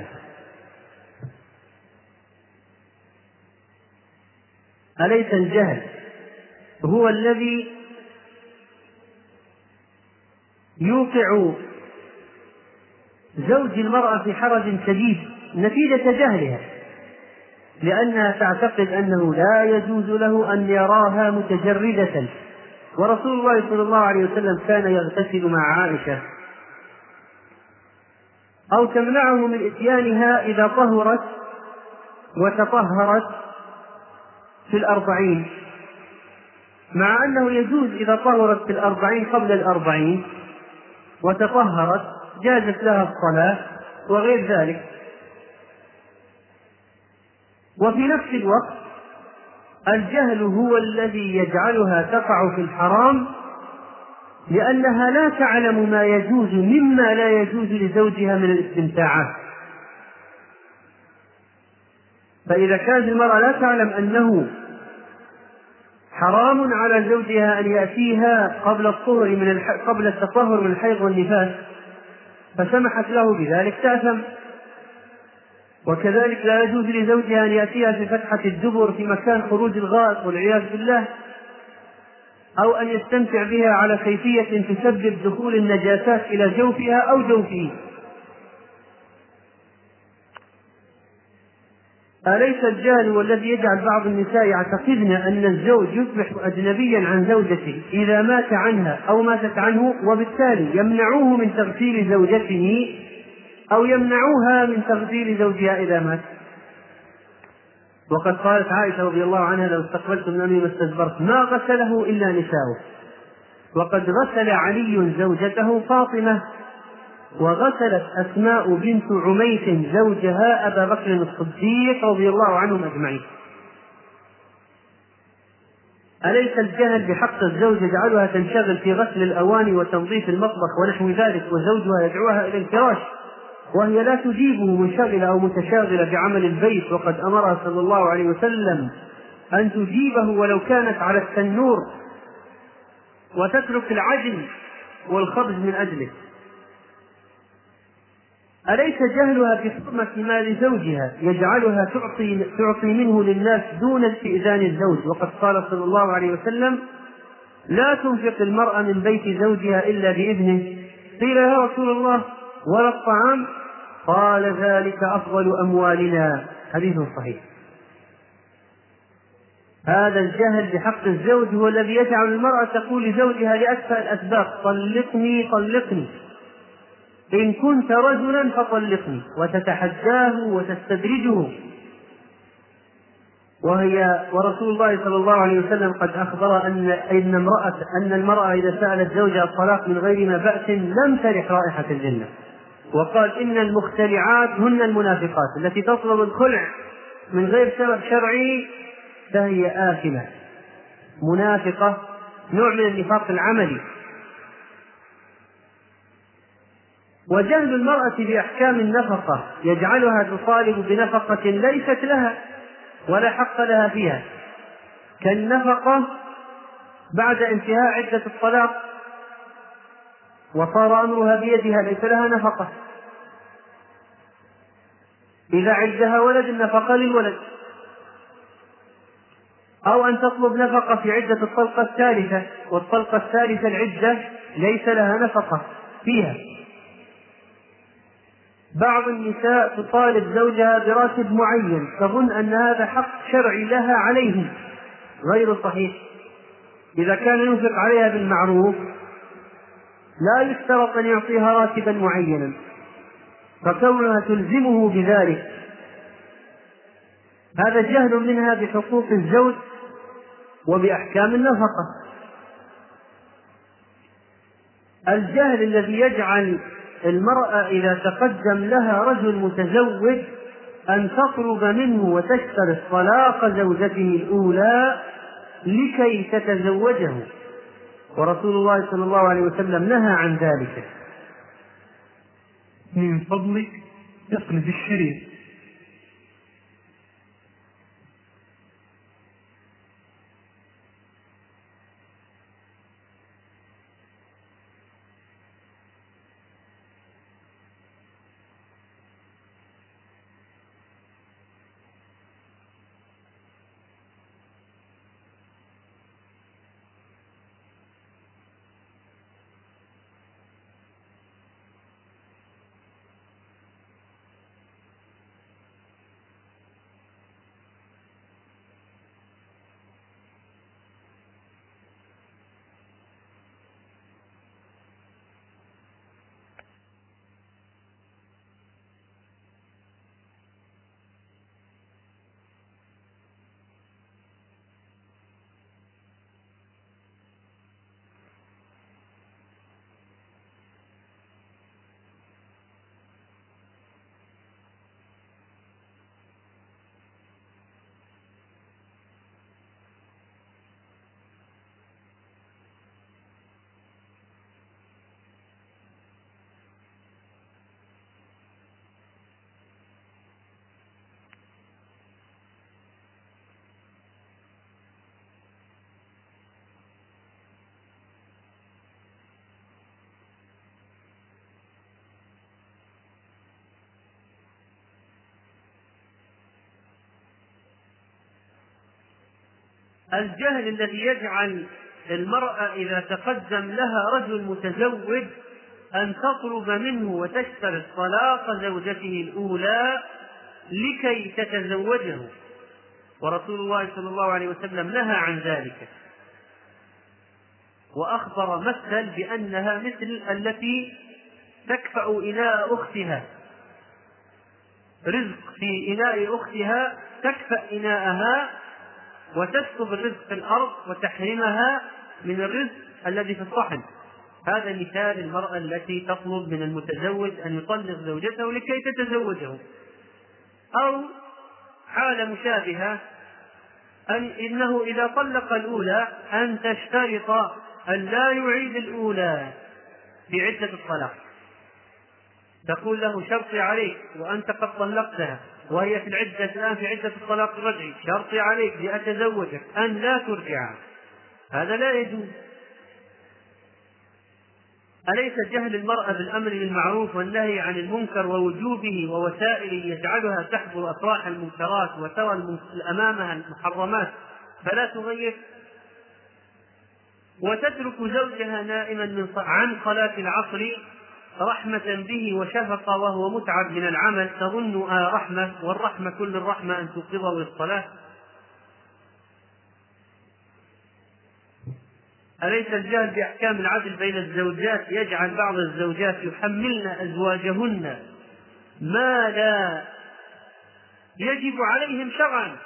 أليس الجهل هو الذي يوقع زوج المرأة في حرج شديد نتيجة جهلها، لأنها تعتقد أنه لا يجوز له أن يراها متجردة، ورسول الله صلى الله عليه وسلم كان يغتسل مع عائشة، أو تمنعه من إتيانها إذا طهرت وتطهرت في 40، مع أنه يجوز إذا طهرت في 40 قبل 40 وتطهرت جازت لها الصلاة وغير ذلك. وفي نفس الوقت الجهل هو الذي يجعلها تقع في الحرام، لأنها لا تعلم ما يجوز مما لا يجوز لزوجها من الاستمتاعات. فإذا كانت المرأة لا تعلم أنه حرام على زوجها أن يأتيها قبل التطهر من الحيض والنفاس فسمحت له بذلك تأثم. وكذلك لا يجوز لزوجها أن يأتيها في فتحة الدبر في مكان خروج الغائط والعياذ بالله، أو أن يستمتع بها على كيفية تسبب دخول النجاسات إلى جوفها أو جوفه. أليس الجهل هو الذي يجعل بعض النساء يعتقدن أن الزوج يصبح أجنبيا عن زوجته إذا مات عنها أو ماتت عنه، وبالتالي يمنعوه من تغسيل زوجته أو يمنعوها من تغسيل زوجها إذا مات؟ وقد قالت عائشة رضي الله عنها: لو استقبلت من أمري ما استدبرت ما غسله إلا نساؤه. وقد غسل علي زوجته فاطمة، وغسلت أسماء بنت عميس زوجها أبا بكر الصديق رضي الله عنهم أجمعين. أليس الجهل بحق الزوج يجعلها تنشغل في غسل الأواني وتنظيف المطبخ ونحو ذلك، وزوجها يدعوها إلى الفراش وهي لا تجيبه منشغلة أو متشاغلة بعمل البيت، وقد أمرها صلى الله عليه وسلم أن تجيبه ولو كانت على التنور وتترك العجن والخبز من أجله؟ أليس جهلها بحرمة مال زوجها يجعلها تعطي منه للناس دون استئذان الزوج؟ وقد قال صلى الله عليه وسلم: لا تنفق المرأة من بيت زوجها إلا بإذنه. قيل: يا رسول الله ولا الطعام؟ قال: ذلك أفضل أموالنا. حديث صحيح. هذا الجهل بحق الزوج هو الذي يجعل المرأة تقول لزوجها لأتفه الأسباب: طلقني طلقني، إن كنت رجلا فطلقني، وتتحداه وتستدرجه. ورسول الله صلى الله عليه وسلم قد أخبر أن المرأة إذا سألت زوجها الطلاق من غير ما بأس لم ترح رائحة الجنة، وقال: إن المختلعات هن المنافقات التي تطلب الخلع من غير سبب شرعي فهي آثمة منافقة، نوع من النفاق العملي. وجهل المرأة بأحكام النفقة يجعلها تطالب بنفقة ليست لها، ولا حق لها فيها، كالنفقة بعد انتهاء عدة الطلاق وصار أمرها بيدها ليس لها نفقة. إذا عدها ولد النفقة للولد، أو أن تطلب نفقة في عدة الطلقة الثالثة، والطلقة الثالثة العدة ليس لها نفقة فيها. بعض النساء تطالب زوجها براتب معين تظن أن هذا حق شرعي لها عليه، غير صحيح. إذا كان ينفق عليها بالمعروف لا يشترط أن يعطيها راتبا معينا، فكونها تلزمه بذلك هذا جهل منها بحقوق الزوج وبأحكام النفقة. الجهل الذي يجعل المرأة إذا تقدم لها رجل متزوج أن تطلب منه وتشترط طلاق زوجته الأولى لكي تتزوجه، ورسول الله صلى الله عليه وسلم نهى عن ذلك. من فضلك اقلب الشريط. الجهل الذي يجعل المرأة إذا تقدم لها رجل متزوج أن تطلب منه وتشترط طلاق زوجته الأولى لكي تتزوجه، ورسول الله صلى الله عليه وسلم نهى عن ذلك، وأخبر مثل بأنها مثل التي تكفأ إناء أختها، رزق في إناء أختها تكفأ إناءها وتسكب الرزق في الأرض وتحرمها من الرزق الذي في الصحن. هذا مثال المرأة التي تطلب من المتزوج أن يطلق زوجته لكي تتزوجه. أو حالة مشابهة إنه إذا طلق الأولى أن تشترط أن لا يعيد الأولى في عدة الطلاق، تقول له شرطي عليك وأنت قد طلقتها وهي في العدة الآن في عدة الطلاق الرجعي، شرطي عليك لأتزوجك أن لا ترجع. هذا لا يجوز. أليس جهل المرأة بالأمر بالمعروف والنهي عن المنكر ووجوبه ووسائل يجعلها تحضر أفراح المنكرات وترى أمامها المحرمات فلا تغير، وتترك زوجها نائما عن صلاة العصر رحمة به وشفقة وهو متعب من العمل تظن رحمة، والرحمة كل الرحمة أن توقظه للصلاة؟ أليس الجهل بأحكام العدل بين الزوجات يجعل بعض الزوجات يحملن أزواجهن ما لا يجب عليهم شرعا؟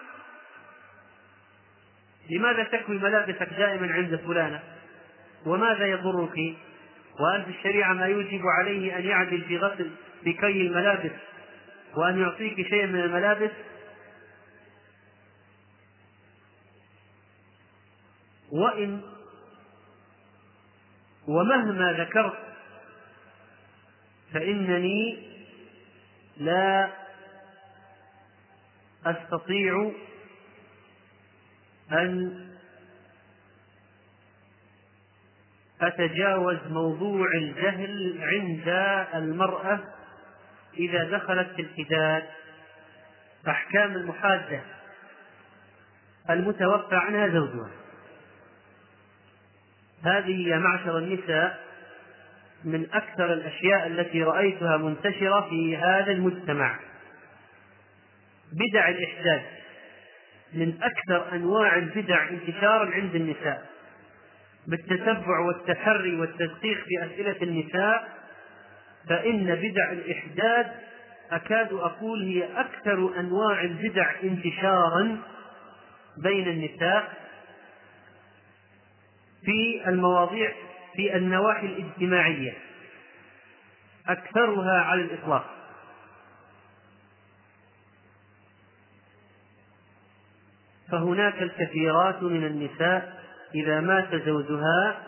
لماذا تكوي ملابسك دائما عند فلانة؟ وماذا يضرك؟ وأن في الشريعة ما يوجب عليه أن يعدل في غسل في كي الملابس وأن يعطيك شيء من الملابس. ومهما ذكرت فإنني لا أستطيع أن أتجاوز موضوع الجهل عند المرأة إذا دخلت في الحداد، أحكام المحادة المتوفى عنها زوجها. هذه يا معشر النساء من أكثر الأشياء التي رأيتها منتشرة في هذا المجتمع. بدع الإحداث من أكثر أنواع البدع انتشارا عند النساء، بالتتبع والتحري والتدقيق في أسئلة النساء، فإن بدع الإحداث أكاد أقول هي أكثر أنواع البدع انتشارا بين النساء في المواضيع في النواحي الاجتماعية، أكثرها على الإطلاق. فهناك الكثيرات من النساء إذا مات زوجها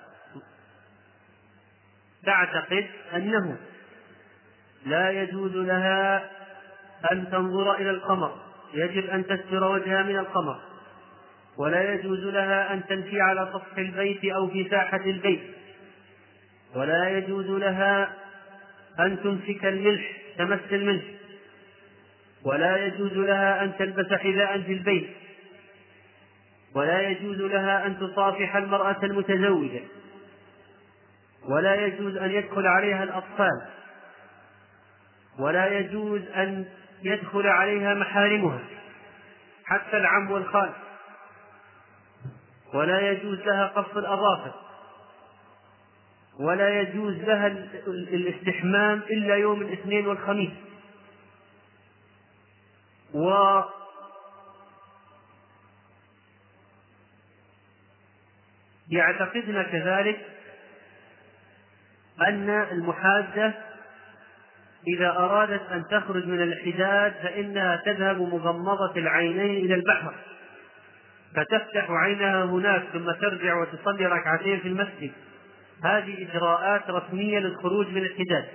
تعتقد أنه لا يجوز لها أن تنظر إلى القمر، يجب أن تستر وجهها من القمر، ولا يجوز لها أن تمشي على سطح البيت أو في ساحة البيت، ولا يجوز لها أن تمسك الملح تمس الملح، ولا يجوز لها أن تلبس حذاء في البيت، ولا يجوز لها أن تصافح المرأة المتزوجة، ولا يجوز أن يدخل عليها الأطفال، ولا يجوز أن يدخل عليها محارمها حتى العم والخال، ولا يجوز لها قص الأظافر، ولا يجوز لها الاستحمام إلا يوم الاثنين والخميس. ويعتقدن كذلك أن المحادة إذا أرادت أن تخرج من الحداد فإنها تذهب مغمضة العينين إلى البحر، فتفتح عينها هناك ثم ترجع وتصلي ركعتين في المسجد. هذه إجراءات رسمية للخروج من الحداد.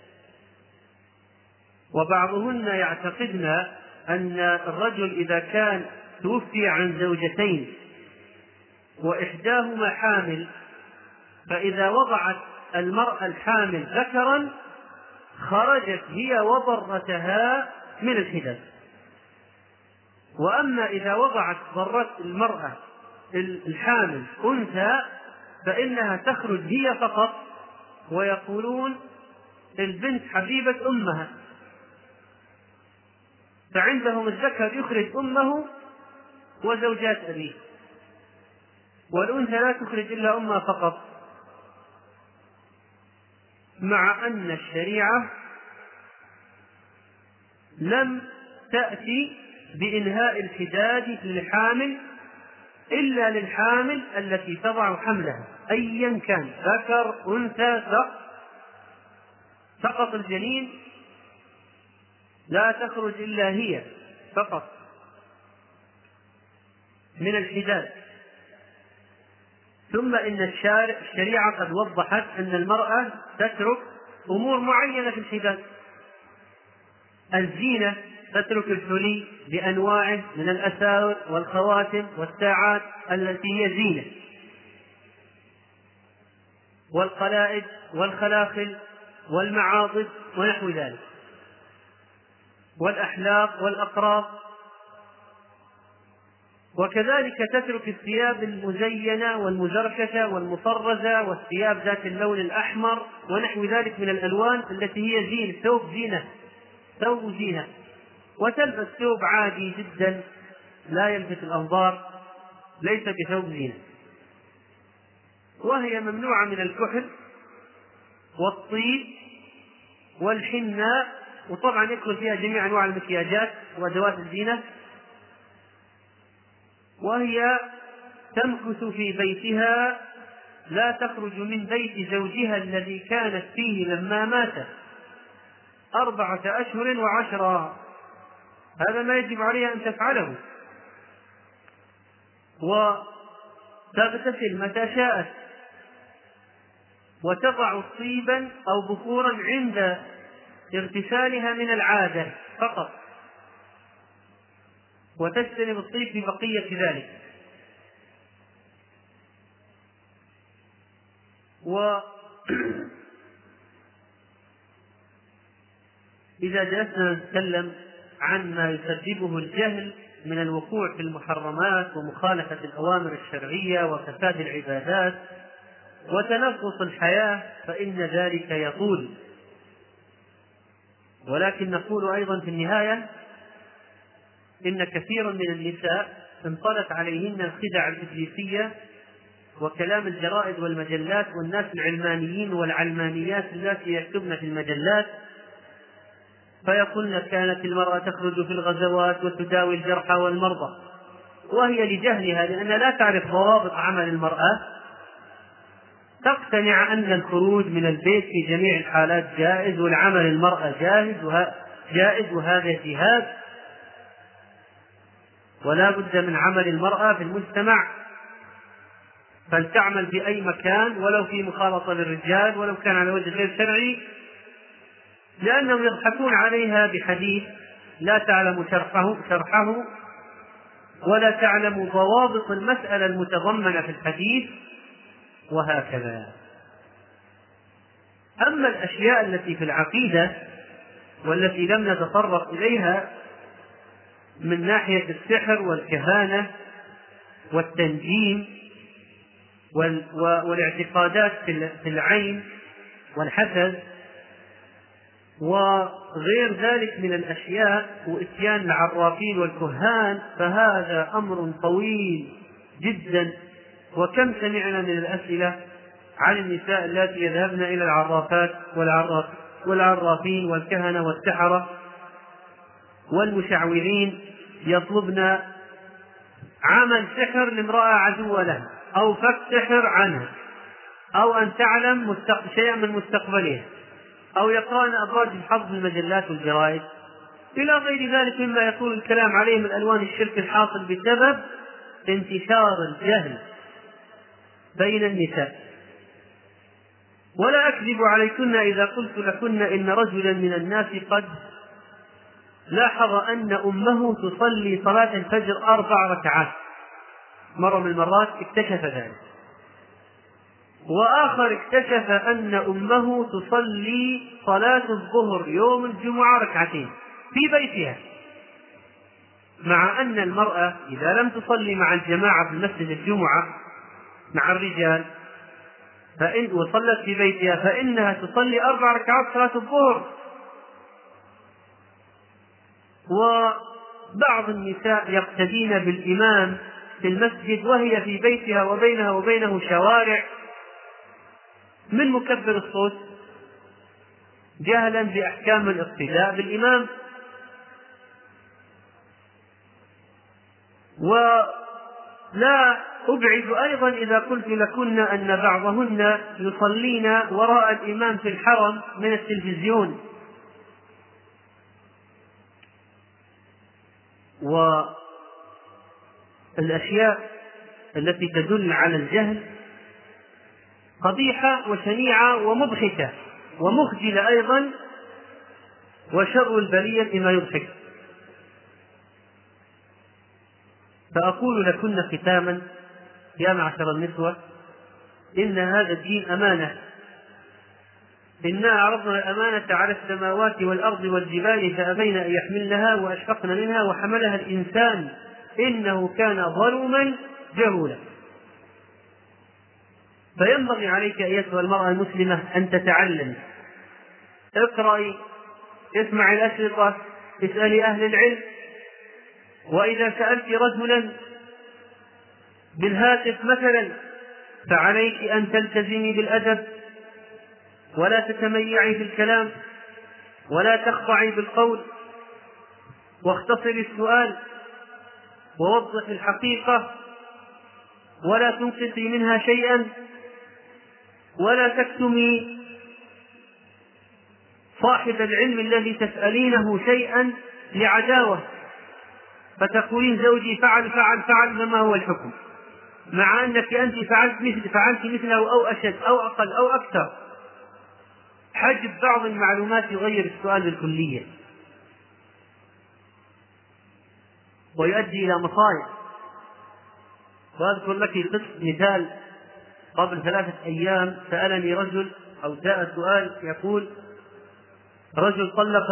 وبعضهن يعتقدن أن الرجل إذا كان توفي عن زوجتين وإحداهما حامل، فإذا وضعت المرأة الحامل ذكرا خرجت هي وضرتها من الحداد. وأما إذا وضعت ضرت المرأة الحامل أنثى فإنها تخرج هي فقط، ويقولون البنت حبيبة أمها، فعندهم الذكر يخرج أمه وزوجات أبيه، والأنثى لا تخرج إلا أمها فقط، مع أن الشريعة لم تأتي بإنهاء الحداد للحامل إلا للحامل التي تضع حملها أيا كان، ذكر أنثى، سقط الجنين لا تخرج إلا هي فقط من الحداد. ثم إن الشريعة قد وضحت أن المرأة تترك أمور معينة في الحداد. الزينة تترك الحلي بأنواعه من الأساور والخواتم والساعات التي هي زينة، والقلائد والخلاخل والمعاضد ونحو ذلك، والأحلاق والأقراط. وكذلك تترك الثياب المزينة والمزركشة والمطرزة والثياب ذات اللون الأحمر ونحو ذلك من الألوان التي هي زينة، ثوب زينة، وتلبس ثوب عادي جدا لا يلفت الأنظار، ليس بثوب زينة. وهي ممنوعة من الكحل والطيب والحناء، وطبعا يدخل فيها جميع أنواع المكياجات وأدوات الزينة. وهي تمكث في بيتها، لا تخرج من بيت زوجها الذي كانت فيه لما مات 4 أشهر وعشرا. هذا ما يجب عليها أن تفعله، وتغتسل متى شاءت، وتضع طيبا أو بخورا عند اغتسالها من العادة فقط، وتجتنب الطيب في بقية ذلك. إذا جلسنا نتكلم عن ما يسببه الجهل من الوقوع في المحرمات ومخالفة الأوامر الشرعية وفساد العبادات وتنغص الحياة فإن ذلك يطول، ولكن نقول أيضا في النهاية إن كثيرا من النساء انطلت عليهن الخدع الإبليسية وكلام الجرائد والمجلات والناس العلمانيين والعلمانيات التي يكتبن في المجلات، فيقولن كانت المرأة تخرج في الغزوات وتداوي الجرحى والمرضى، وهي لجهلها لأن لا تعرف ضوابط عمل المرأة تقتنع أن الخروج من البيت في جميع الحالات جائز والعمل المرأة جائز وهذا جهاد، ولا بد من عمل المرأة في المجتمع، فلتعمل في أي مكان ولو في مخالطة للرجال ولو كان على وجه غير شرعي، لأنهم يضحكون عليها بحديث لا تعلم شرحه ولا تعلم ضوابط المسألة المتضمنة في الحديث وهكذا. أما الأشياء التي في العقيدة والتي لم نتطرق إليها من ناحية السحر والكهانة والتنجيم والاعتقادات في العين والحسد وغير ذلك من الأشياء وإتيان العرافين والكهان، فهذا أمر طويل جدا، وكم سمعنا من الأسئلة عن النساء التي يذهبن إلى العرافات والعرافين والكهنة والسحرة والمشعوذين يطلبن عمل سحر لامرأة عدو لها أو فك سحر عنها أو أن تعلم شيئا من مستقبلها أو يقرأن أبراج الحظ في المجلات والجرائد إلى غير ذلك مما يطول الكلام عليه من ألوان الشرك الحاصل بسبب انتشار الجهل بين النساء. ولا أكذب عليكن إذا قلت لكن إن رجلا من الناس قد لاحظ أن أمه تصلي صلاة الفجر 4 ركعات، مرة من المرات اكتشف ذلك، وآخر اكتشف أن أمه تصلي صلاة الظهر يوم الجمعة 2 ركعات في بيتها، مع أن المرأة إذا لم تصلي مع الجماعة في مسجد الجمعة مع الرجال وصلت في بيتها فإنها تصلي 4 ركعات صلاة الظهر. وبعض النساء يقتدين بالإمام في المسجد وهي في بيتها وبينها وبينه شوارع من مكبر الصوت جهلا بأحكام الاقتداء بالإمام. ولا أبعد أيضا إذا قلت لكن أن بعضهن يصلين وراء الإمام في الحرم من التلفزيون. والأشياء التي تدل على الجهل قبيحة وشنيعة ومضحكة ومخجلة أيضا، وشر البلية ما يضحك. فأقول لكن ختاما يا معشر النسوة إن هذا الدين أمانة، إنا عرضنا الأمانة على السماوات والأرض والجبال فأبين أن يحملنها وأشفقن منها وحملها الإنسان إنه كان ظلوما جهولا. فينبغي عليك أيتها المرأة المسلمة أن تتعلم، اقرأي، اسمعي الأشرطة، اسألي أهل العلم، وإذا سألت رجلا بالهاتف مثلا فعليك أن تلتزمي بالأدب ولا تتميعي في الكلام ولا تخضعي بالقول، واختصري السؤال ووضحي الحقيقة ولا تنقصي منها شيئا ولا تكتمي صاحب العلم الذي تسألينه شيئا لعداوة فتقولين زوجي فعل فما هو الحكم، مع أنك أنت فعلت مثله أو أشد أو أقل أو أكثر. حجب بعض المعلومات يغير السؤال بالكلية ويؤدي إلى مصائب. وأذكر لك مثال قبل 3 أيام سألني رجل، أو جاء سؤال يقول: رجل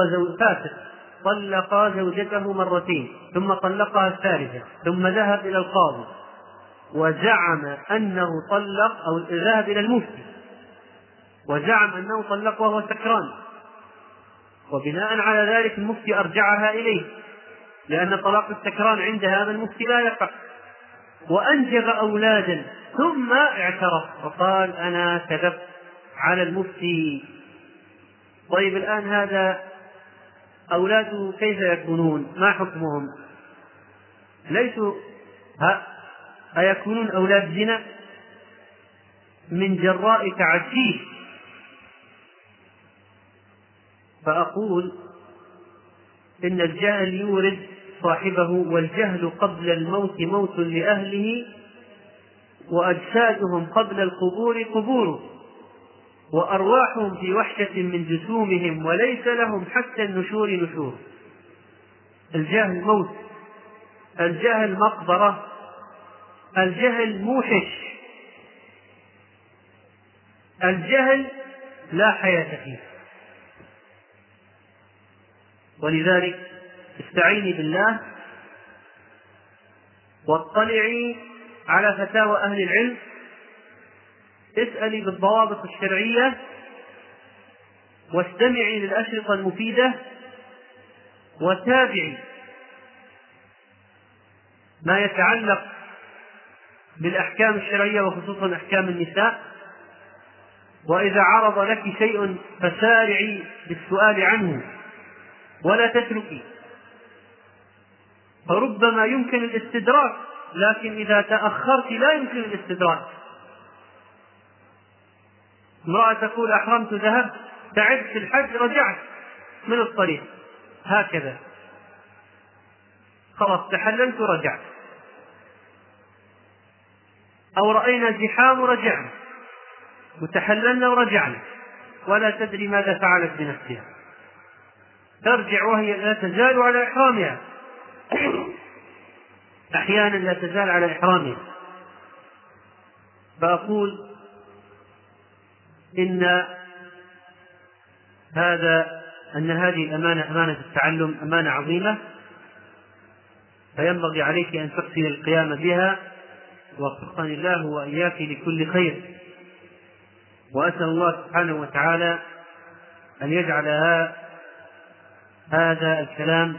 طلق زوجته مرتين، ثم طلقها الثالثة، ثم ذهب إلى القاضي وزعم أنه طلق، أو ذهب إلى المفتي وزعم أنه طلق وهو سكران، وبناء على ذلك المفتي أرجعها إليه، لأن طلاق السكران عند هذا المفتي لا يقع، وأنجب أولادا، ثم اعترف وقال: أنا كذبت على المفتي. طيب الآن هذا أولاده كيف يكونون؟ ما حكمهم؟ ليسوا أيكونون أولاد زنا من جراء تعجيل؟ فأقول إن الجهل يورث صاحبه، والجهل قبل الموت موت لأهله، وأجسادهم قبل القبور قبور، وأرواحهم في وحشة من جسومهم، وليس لهم حتى النشور نشور. الجهل موت، الجهل مقبرة، الجهل موحش، الجهل لا حياة فيه. ولذلك استعيني بالله واطلعي على فتاوى أهل العلم، اسألي بالضوابط الشرعية، واستمعي للأشرطة المفيدة، وتابعي ما يتعلق بالأحكام الشرعية وخصوصا أحكام النساء. وإذا عرض لك شيء فسارعي بالسؤال عنه ولا تتركي، فربما يمكن الاستدراك، لكن إذا تأخرت لا يمكن الاستدراك. امرأة تقول: أحرمت ذهبت، تعبت في الحج، رجعت من الطريق، هكذا خلاص تحللت ورجعت، أو رأينا زحام ورجعنا، وتحللنا ورجعنا، ولا تدري ماذا فعلت بنفسها، ترجع وهي لا تزال على إحرامها، أحيانا لا تزال على إحرامها. فأقول إن هذه الأمانة، أمانة التعلم، أمانة عظيمة، فينبغي عليك أن تحسن القيام بها، ووفقني الله وإياك لكل خير. وأسأل الله سبحانه وتعالى أن يجعل هذا الكلام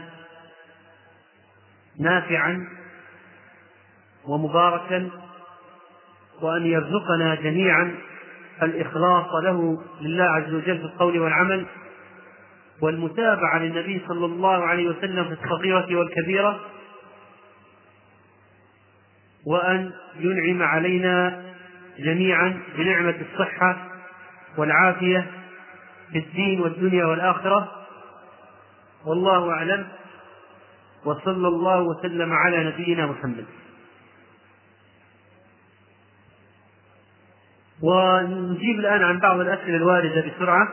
نافعا ومباركا، وأن يرزقنا جميعا الإخلاص له لله عز وجل في القول والعمل، والمتابعة للنبي صلى الله عليه وسلم في الصغيرة والكبيرة، وأن ينعم علينا جميعا بنعمة الصحة والعافية في الدين والدنيا والآخرة. والله أعلم، وصلى الله وسلم على نبينا محمد. ونجيب الآن عن بعض الأسئلة الواردة بسرعة.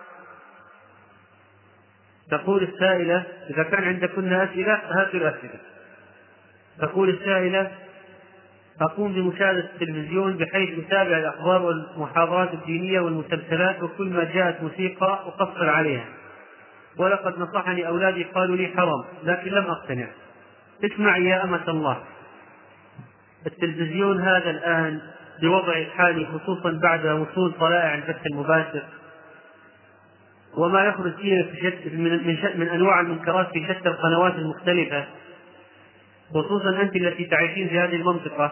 تقول السائلة: إذا كان عندكن أسئلة هاتوا الأسئلة. تقول السائلة: أقوم بمشاهدة التلفزيون بحيث أتابع الأخبار والمحاضرات الدينية والمسلسلات، وكل ما جاءت موسيقى أقصر عليها، ولقد نصحني أولادي قالوا لي حرام، لكن لم أقتنع. اسمعي يا أمة الله، التلفزيون هذا الآن بوضع الحالي، خصوصا بعد وصول طلائع البث المباشر وما يخرج فيه من أنواع المنكرات في شتى القنوات المختلفة، خصوصا أنت التي تعيشين في هذه المنطقة،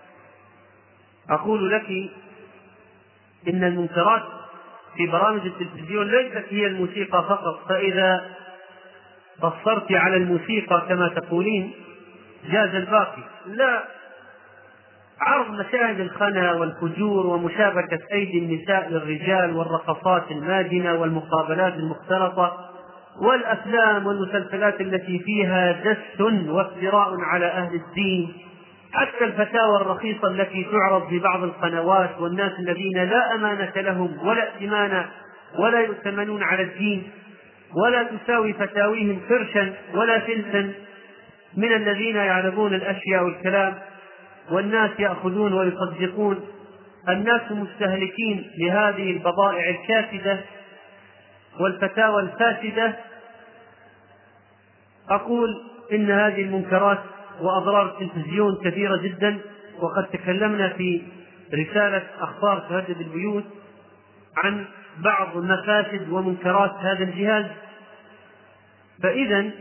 أقول لك إن المنكرات في برامج التلفزيون ليست هي الموسيقى فقط، فإذا قصرت على الموسيقى كما تقولين جاز الباقي. لا، عرض مشاهد الخنا والفجور ومشابكة أيدي النساء للرجال والرقصات الماجنة والمقابلات المختلطة والأفلام والمسلسلات التي فيها دس وافتراء على أهل الدين، حتى الفتاوى الرخيصة التي تعرض في بعض القنوات، والناس الذين لا أمانة لهم ولا ائتمان ولا يؤتمنون على الدين، ولا تساوي فتاويهم فرشا ولا فلسا من الذين يعرضون الأشياء والكلام، والناس يأخذون ويصدقون الناس مستهلكين لهذه البضائع الكاسدة والفتاوى الفاسدة، أقول إن هذه المنكرات وأضرار التلفزيون كثيرة جدا، وقد تكلمنا في رسالة أخبار تهدد البيوت عن بعض مفاسد ومنكرات هذا الجهاز. فإذا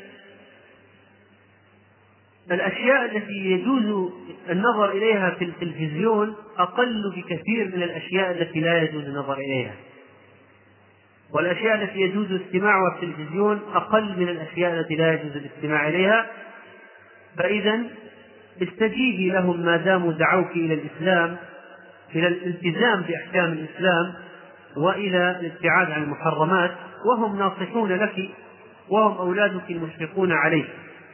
الأشياء التي يجوز النظر إليها في التلفزيون أقل بكثير من الأشياء التي لا يجوز النظر إليها، والأشياء التي يجوز استماعها في التلفزيون أقل من الأشياء التي لا يجوز الاستماع إليها. فإذا استجيبي لهم ما داموا دعوك إلى الإسلام، إلى الالتزام بأحكام الإسلام وإلى الابتعاد عن المحرمات، وهم ناصحون لك وهم أولادك المشفقون عليك.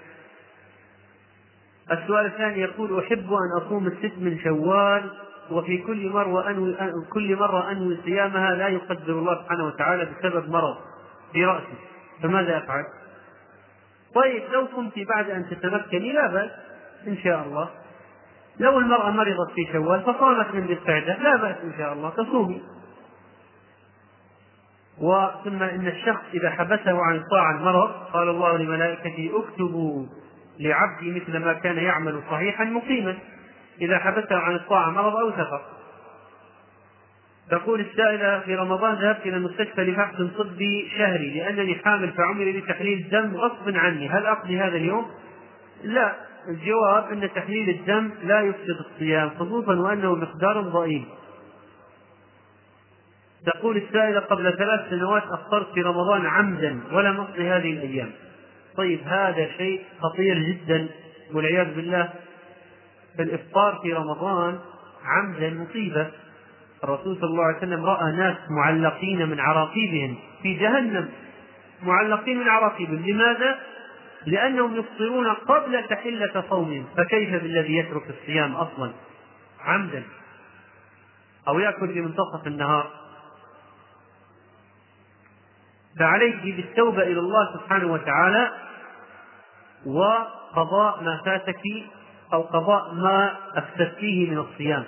السؤال الثاني يقول: أحب أن أصوم 6 من شوال، وفي كل مرة أنوي صيامها لا يقدر الله سبحانه وتعالى بسبب مرض في رأسي، فماذا أفعل؟ طيب، لو كنت بعد أن تتمكني لا بأس إن شاء الله. لو المرأة مرضت في شوال فصامت من ذي القعدة لا بأس إن شاء الله، تصومي. وثم إن الشخص إذا حبسه عن الطاعة المرض قال الله لملائكته: اكتبوا لعبدي مثل ما كان يعمل صحيحا مقيما، إذا حبسه عن الطاعة مرض أو سفر. تقول السائلة: في رمضان ذهبت إلى المستشفى لفحص طبي شهري لأنني حامل، فعمل لي تحليل الدم غصب عني، هل أقضي هذا اليوم؟ لا، الجواب أن تحليل الدم لا يفسد الصيام، خصوصا وأنه مقدار ضئيل. تقول السائلة: قبل 3 سنوات أفطرت في رمضان عمدا ولم أقضي هذه الأيام. طيب، هذا شيء خطير جدا والعياذ بالله. الإفطار في رمضان عمدا مصيبة. الرسول صلى الله عليه وسلم رأى ناس معلقين من عراقيبهم في جهنم، معلقين من عراقيبهم. لماذا؟ لأنهم يفطرون قبل تحلة صومهم، فكيف بالذي يترك الصيام أصلا عمدا أو يأكل في منتصف النهار؟ فعليك بالتوبة إلى الله سبحانه وتعالى وقضاء ما فاتك أو قضاء ما أفسدتيه من الصيام.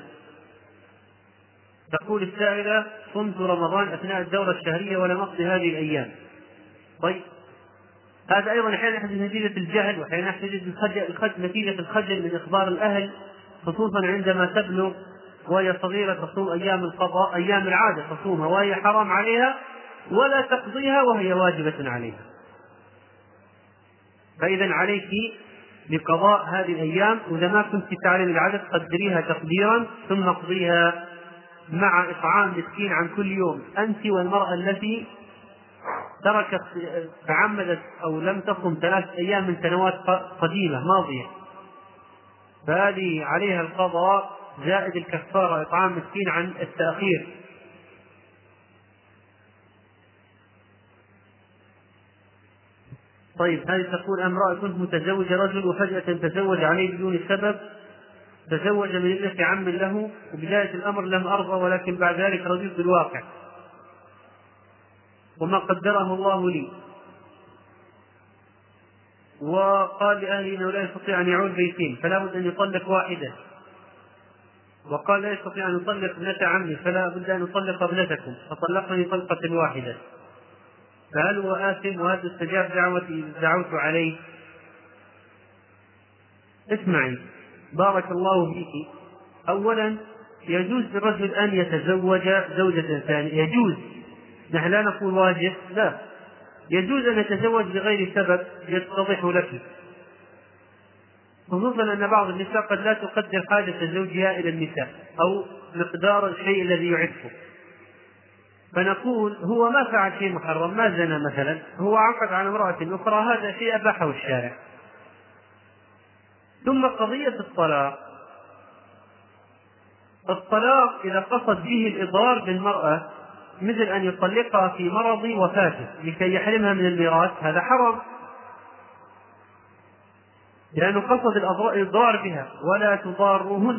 تقول السائلة: صمت رمضان أثناء الدورة الشهرية ولم أقضي هذه الأيام. طيب، هذا أيضا أحيانا يحدث نتيجة الجهل، وأحيانا يحدث نتيجة الخجل من إخبار الأهل، خصوصا عندما تبلغ وهي صغيرة تصوم أيام القضاء، أيام العادة تصومها وهي حرام عليها، ولا تقضيها وهي واجبة عليها. فإذا عليك بقضاء هذه الأيام، وإذا ما كنت تعلم العدد قدريها تقديرا ثم اقضيها مع إطعام مسكين عن كل يوم، أنت والمرأة التي تركت تعمدت أو لم تصم 3 أيام من سنوات قديمة ماضية، فهذه عليها القضاء زائد الكفارة إطعام مسكين عن التأخير. طيب، هذه تقول: امرأة كنت متزوجة رجل وفجأة تزوج عليه بدون سبب، تزوج من ابنة عم له، وبداية الأمر لم أرضى، ولكن بعد ذلك رضيت بالواقع وما قدره الله لي، وقال لأهلي أنه لا يستطيع أن يعود بيتين فلا بد أن يطلق واحدة، وقال لا يستطيع أن يطلق ابنة عمي فلا بد أن يطلق ابنتكم، فطلقني طلقة واحدة، فهل هو آثم؟ وهل استجاب دعوتي إذا دعوت عليه؟ اسمعي، بارك الله فيك. أولا، يجوز للرجل أن يتزوج زوجة ثانية، يجوز، نحن لا نقول واجب، لا، يجوز أن يتزوج بغير سبب يتضح لك، خصوصا أن بعض النساء قد لا تقدر حاجة زوجها إلى النساء أو مقدار الشيء الذي يعرفه، فنقول هو ما فعل شيء محرم، ما زنى مثلا، هو عقد على امرأة أخرى، هذا شيء أباحه الشارع. ثم قضية الطلاق إذا قصد به الإضرار بالمرأة، مثل أن يطلقها في مرض وفاته لكي يحرمها من الميراث، هذا حرام، لأنه قصد الإضرار بها ولا تضارهن،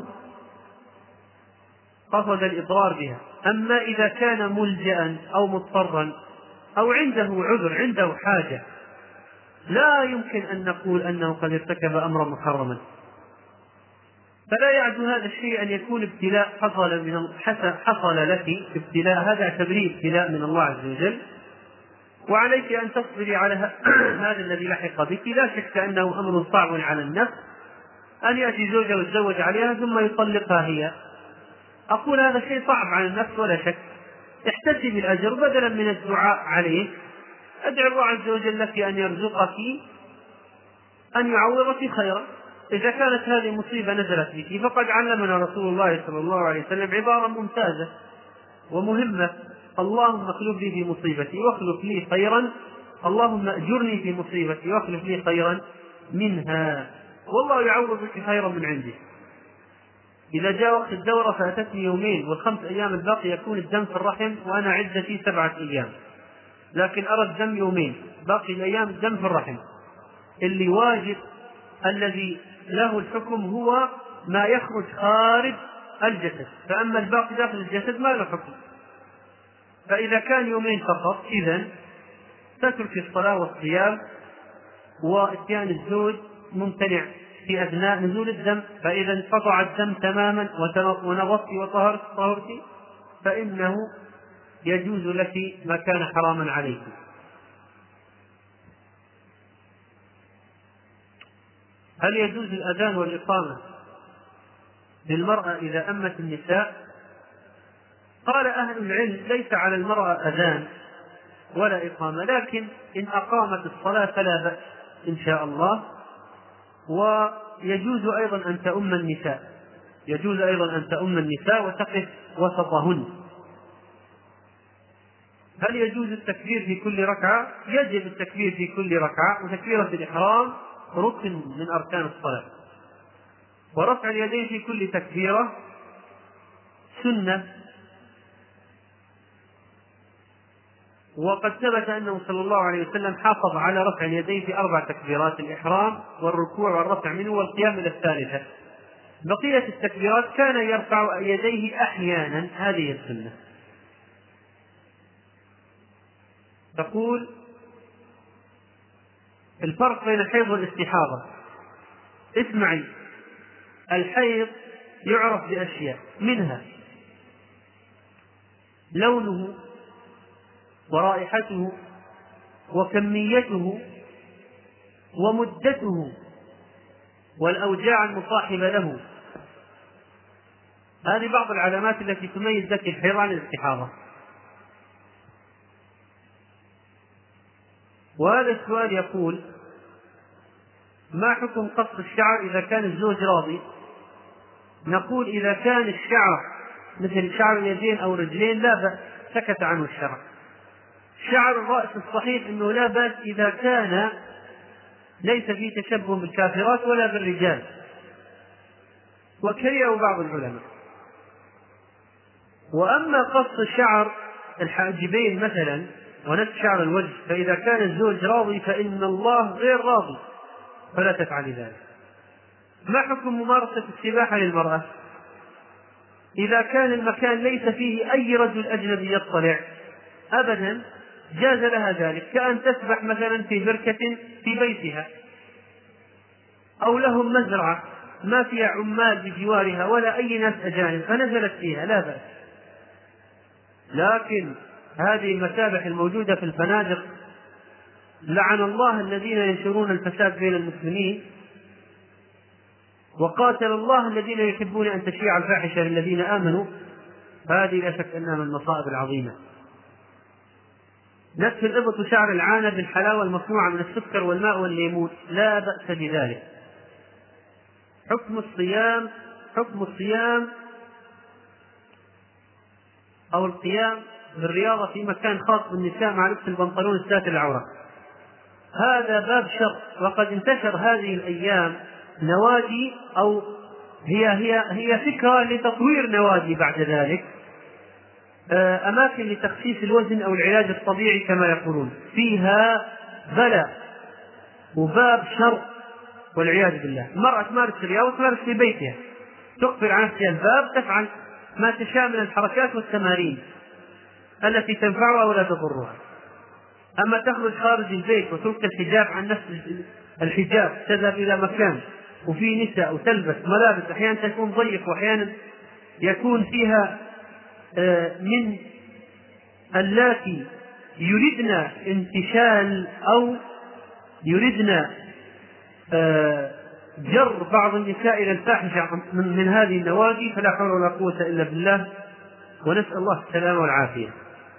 قصد الإضرار بها. أما إذا كان ملجأ أو مضطرا أو عنده عذر، عنده حاجة، لا يمكن أن نقول أنه قد ارتكب أمرا محرما. فلا يعد هذا الشيء أن يكون ابتلاء حصل لك ابتلاء، هذا اعتبريه ابتلاء من الله عز وجل، وعليك أن تصبري على هذا الذي لحق بك. لا شك أنه أمر صعب على النفس أن يأتي زوجة ويتزوج عليها ثم يطلقها هي. أقول هذا شيء صعب على النفس ولا شك. احتسب الأجر بدلا من الدعاء عليه، أدعو الله عز وجل لك أن يرزقك، أن يعوضك خيرا. إذا كانت هذه مصيبة نزلت بك فقد علمنا رسول الله صلى الله عليه وسلم عبارة ممتازة ومهمة: اللهم اخلف لي في مصيبتي واخلف لي خيرا، اللهم أجرني في مصيبتي واخلف لي خيرا منها، والله يعوضك خيرا من عنده. إذا جاء وقت الدورة فأتتني يومين والخمس أيام الباقي يكون الدم في الرحم وأنا عدتي 7 أيام، لكن أرى الدم يومين، باقي الأيام الدم في الرحم. اللي واجب الذي له الحكم هو ما يخرج خارج الجسد، فأما الباقي داخل الجسد ما له حكم. فإذا كان يومين فقط إذن تترك الصلاة والصيام، وإتيان الزوج ممتنع في أثناء نزول الدم، فإذا انقطع الدم تماما ونضضت وطهرت فإنه يجوز لك ما كان حراما عليك. هل يجوز الأذان والإقامة للمرأة إذا أمت النساء؟ قال أهل العلم: ليس على المرأة أذان ولا إقامة، لكن إن أقامت الصلاة فلا بأس إن شاء الله. ويجوز أيضا أن تؤم النساء، يجوز أيضا أن تؤم النساء وتقف وسطهن. هل يجوز التكبير في كل ركعة؟ يجب التكبير في كل ركعة، وتكبيرة الإحرام ركن من أركان الصلاة، ورفع اليدين في كل تكبيرة سنة. وقد ثبت أنه صلى الله عليه وسلم حافظ على رفع اليدين في 4 تكبيرات: الإحرام والركوع والرفع منه والقيام إلى الثالثة. بقية التكبيرات كان يرفع يديه أحيانا، هذه السنة. تقول: الفرق بين الحيض والاستحاضة. اسمعي، الحيض يعرف بأشياء، منها لونه ورائحته وكميته ومدته والأوجاع المصاحبة له. هذه بعض العلامات التي تميز لك الحيض عن الاستحاضة. وهذا السؤال يقول: ما حكم قص الشعر إذا كان الزوج راضي؟ نقول: إذا كان الشعر مثل شعر اليدين أو الرجلين لا بأس، سكت عنه الشرع. شعر الرأس الصحيح أنه لا بأس إذا كان ليس فيه تشبه بالكافرات ولا بالرجال، وكرهه بعض العلماء. وأما قص شعر الحاجبين مثلا ونفس شعر الوجه، فإذا كان الزوج راضي فإن الله غير راضي، فلا تفعل ذلك. ما حكم ممارسة السباحة للمرأة؟ إذا كان المكان ليس فيه أي رجل أجنبي يطلع أبدا جاز لها ذلك، كأن تسبح مثلا في بركة في بيتها، أو لهم مزرعة ما فيها عمال بجوارها ولا أي ناس أجانب فنزلت فيها، لا بأس. لكن هذه المسابح الموجودة في الفنادق، لعن الله الذين ينشرون الفساد بين المسلمين، وقاتل الله الذين يحبون أن تشيع الفاحشة للذين آمنوا. هذه لا شك أنها من المصائب العظيمة. نتف الإبط وشعر العانة بالحلاوة المصنوعة من السكر والماء والليمون لا بأس بذلك. حكم الصيام أو القيام بالرياضة في مكان خاص بالنساء مع لبس البنطلون الساتر العورة، هذا باب شر. وقد انتشر هذه الأيام نوادي، أو هي فكرة لتطوير نوادي بعد ذلك، أماكن لتخسيس الوزن أو العلاج الطبيعي كما يقولون، فيها بلاء وباب شر والعياذ بالله. المرأة تمارس الرياضة تمارس في بيتها، تقفل عن نفسها الباب، تفعل ما تشاء من الحركات والتمارين التي تنفعها ولا تضرها. أما تخرج خارج البيت وتلقي الحجاب عن نفس الحجاب، تذهب إلى مكان وفي نساء وتلبس ملابس أحيانا تكون ضيق وأحيانا يكون فيها من اللاتي يردن انتشال أو يردن جر بعض النساء إلى الفاحشة من هذه النوادي، فلا حول ولا قوة إلا بالله، ونسأل الله السلامة والعافية.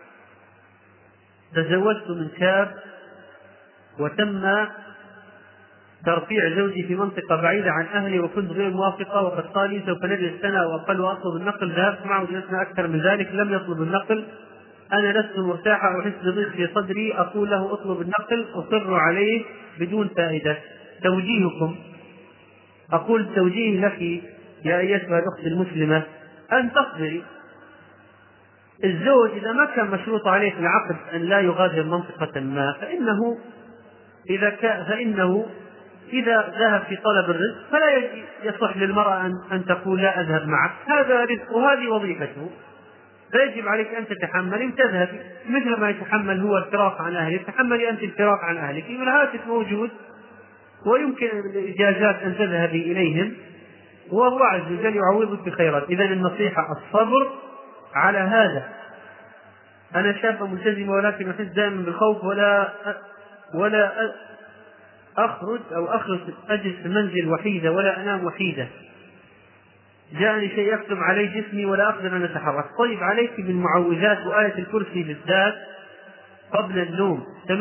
تزوجت من شاب وتم ترفيع زوجي في منطقة بعيدة عن أهلي وكنت غير موافقة، وقد قال لي سوف نجلس سنة أو أقل وأطلب النقل. ذهبت معه وجلسنا أكثر من ذلك، لم يطلب النقل. أنا لست مرتاحة وأحس بضيق في صدري، أقول له أطلب النقل، أصر عليه بدون فائدة. توجيهكم. أقول توجيه لك يا أيتها الأخت المسلمة أن تصبري. الزوج إذا ما كان مشروط عليه في العقد أن لا يغادر منطقة ما، فإنه إذا ذهب في طلب الرزق فلا يصح للمرأة أن تقول لا أذهب معك، هذا رزق وهذه وظيفته، فيجب عليك أن تتحملي وتذهبي، مثل ما يتحمل هو الفراق عن أهلك تحملي أنت الفراق عن أهلك. الهاتف موجود ويمكن الإجازات أن تذهبي إليهم، والله عز وجل يعوضك بخيرات. إذن النصيحة الصبر على هذا. أنا شابة ملتزمة ولكن أحس دائما بالخوف ولا أخرج أجلس في المنزل وحيدة ولا أنام وحيدة. جاءني شيء يكتب علي جسمي ولا أقدر أن أتحرك. طيب عليك بالمعوذات وآية الكرسي بالذات قبل النوم،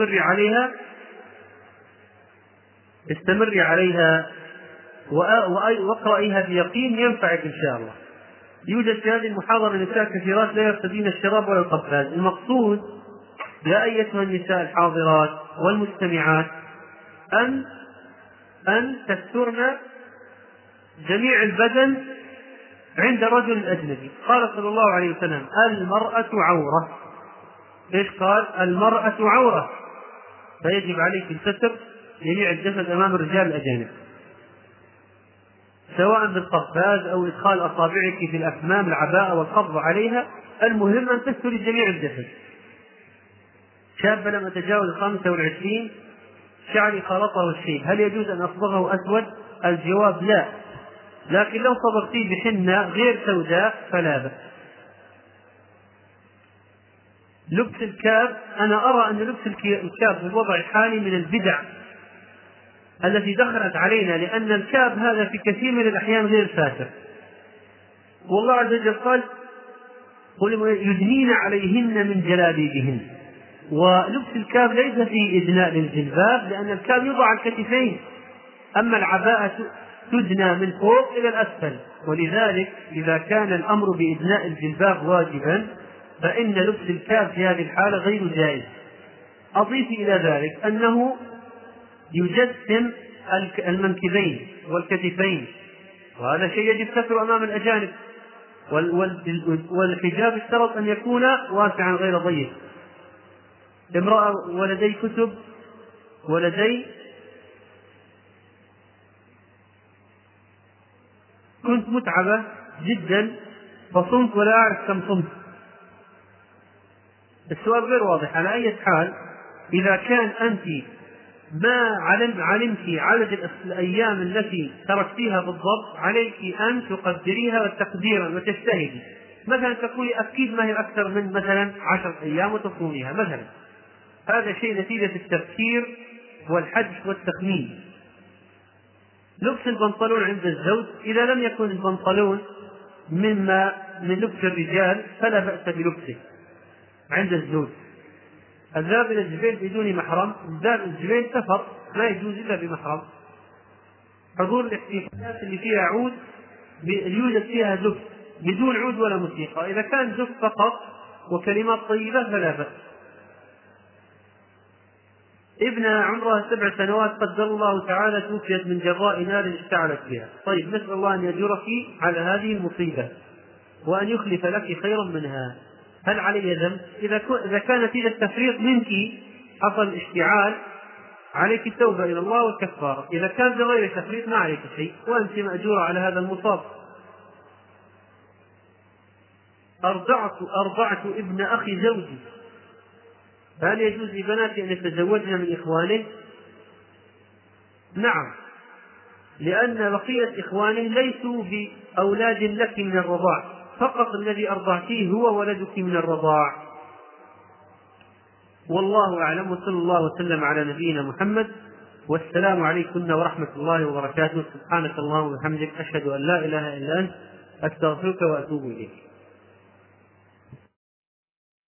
استمري عليها واقرأيها بيقين، ينفعك إن شاء الله. يوجد في هذه المحاضرة نساء كثيرات لا يرتدين الشراب ولا القفاز. المقصود يا أيتها النساء الحاضرات والمستمعات أن تسترن جميع البدن عند رجل أجنبي. قال صلى الله عليه وسلم المرأة عورة. إيش قال؟ المرأة عورة، فيجب عليك الستر جميع الجسد أمام الرجال الأجانب، سواء بالقفاز أو إدخال أصابعك في الأكمام العباءة والقبض عليها، المهم أن تستر جميع الجسد. شاب لم أتجاوز 25 شعري خلطه الشيب، هل يجوز أن أصبغه أسود؟ الجواب لا، لكن لو صبغتيه بحنة غير سوداء فلا بأس. لبس الكاب، أنا أرى أن لبس الكاب في الوضع الحالي من البدع التي دخلت علينا، لأن الكاب هذا في كثير من الأحيان غير ساتر. والله عز وجل قال قل يدنين عليهن من جلابيبهن، ولبس الكاب ليس فيه إدناء للجلباب، لأن الكاب يوضع على الكتفين، أما العباءة تدنى من فوق إلى الأسفل. ولذلك إذا كان الأمر بإدناء الجلباب واجبا فإن لبس الكاب في هذه الحالة غير جائز. أضيف إلى ذلك أنه يجسم المنكبين والكتفين، وهذا شيء يجب ستره أمام الأجانب. والحجاب اشترط أن يكون واسعا غير ضيق. امرأة ولدي كتب كنت متعبة جدا فصمت ولا أعرف كم صمت. السؤال غير واضح. على أي حال إذا كان أنت ما علمت عدد الأيام التي تركتيها بالضبط، عليك أن تقدريها تقديرا وتجتهدي. مثلا تقولي أكيد ما هي أكثر من مثلا 10 أيام وتصوميها مثلا. هذا شيء نتيجة التفكير والحدس والتخمين. لبس البنطلون عند الزوج، إذا لم يكن البنطلون من لبس الرجال فلا بأس بلبسه عند الزوج. الذهاب إلى الجبيل بدون محرم، الذهاب إلى الجبيل سفر لا يجوز إلا بمحرم. حضور الاحتفالات اللي فيها عود يوجد فيها زف بدون عود ولا موسيقى، إذا كان زف فقط وكلمات طيبة فلا بأس. ابنة عمرها 7 سنوات قدر الله تعالى توفيت من جراء نار اشتعلت بها. طيب نسأل الله أن يجرك على هذه المصيبة وأن يخلف لك خيرا منها. هل علي ذنب؟ إذا كان نتيجة تفريط منك حصل اشتعال عليك التوبة إلى الله والكفارة. إذا كان بغير تفريط ما عليك شيء وأنت مأجورة على هذا المصاب. أرضعت ابن أخي زوجي، فهل يجوز لبناتي أن يتزوجن من إخوانه؟ نعم، لأن بقية إخوانه ليسوا بأولاد لك من الرضاع، فقط الذي أرضعتيه هو ولدك من الرضاع. والله أعلم، وصلى الله وسلم على نبينا محمد، والسلام عليكم ورحمة الله وبركاته. سبحانك اللهم وبحمدك، أشهد أن لا إله إلا أنت، أستغفرك وأتوب إليك.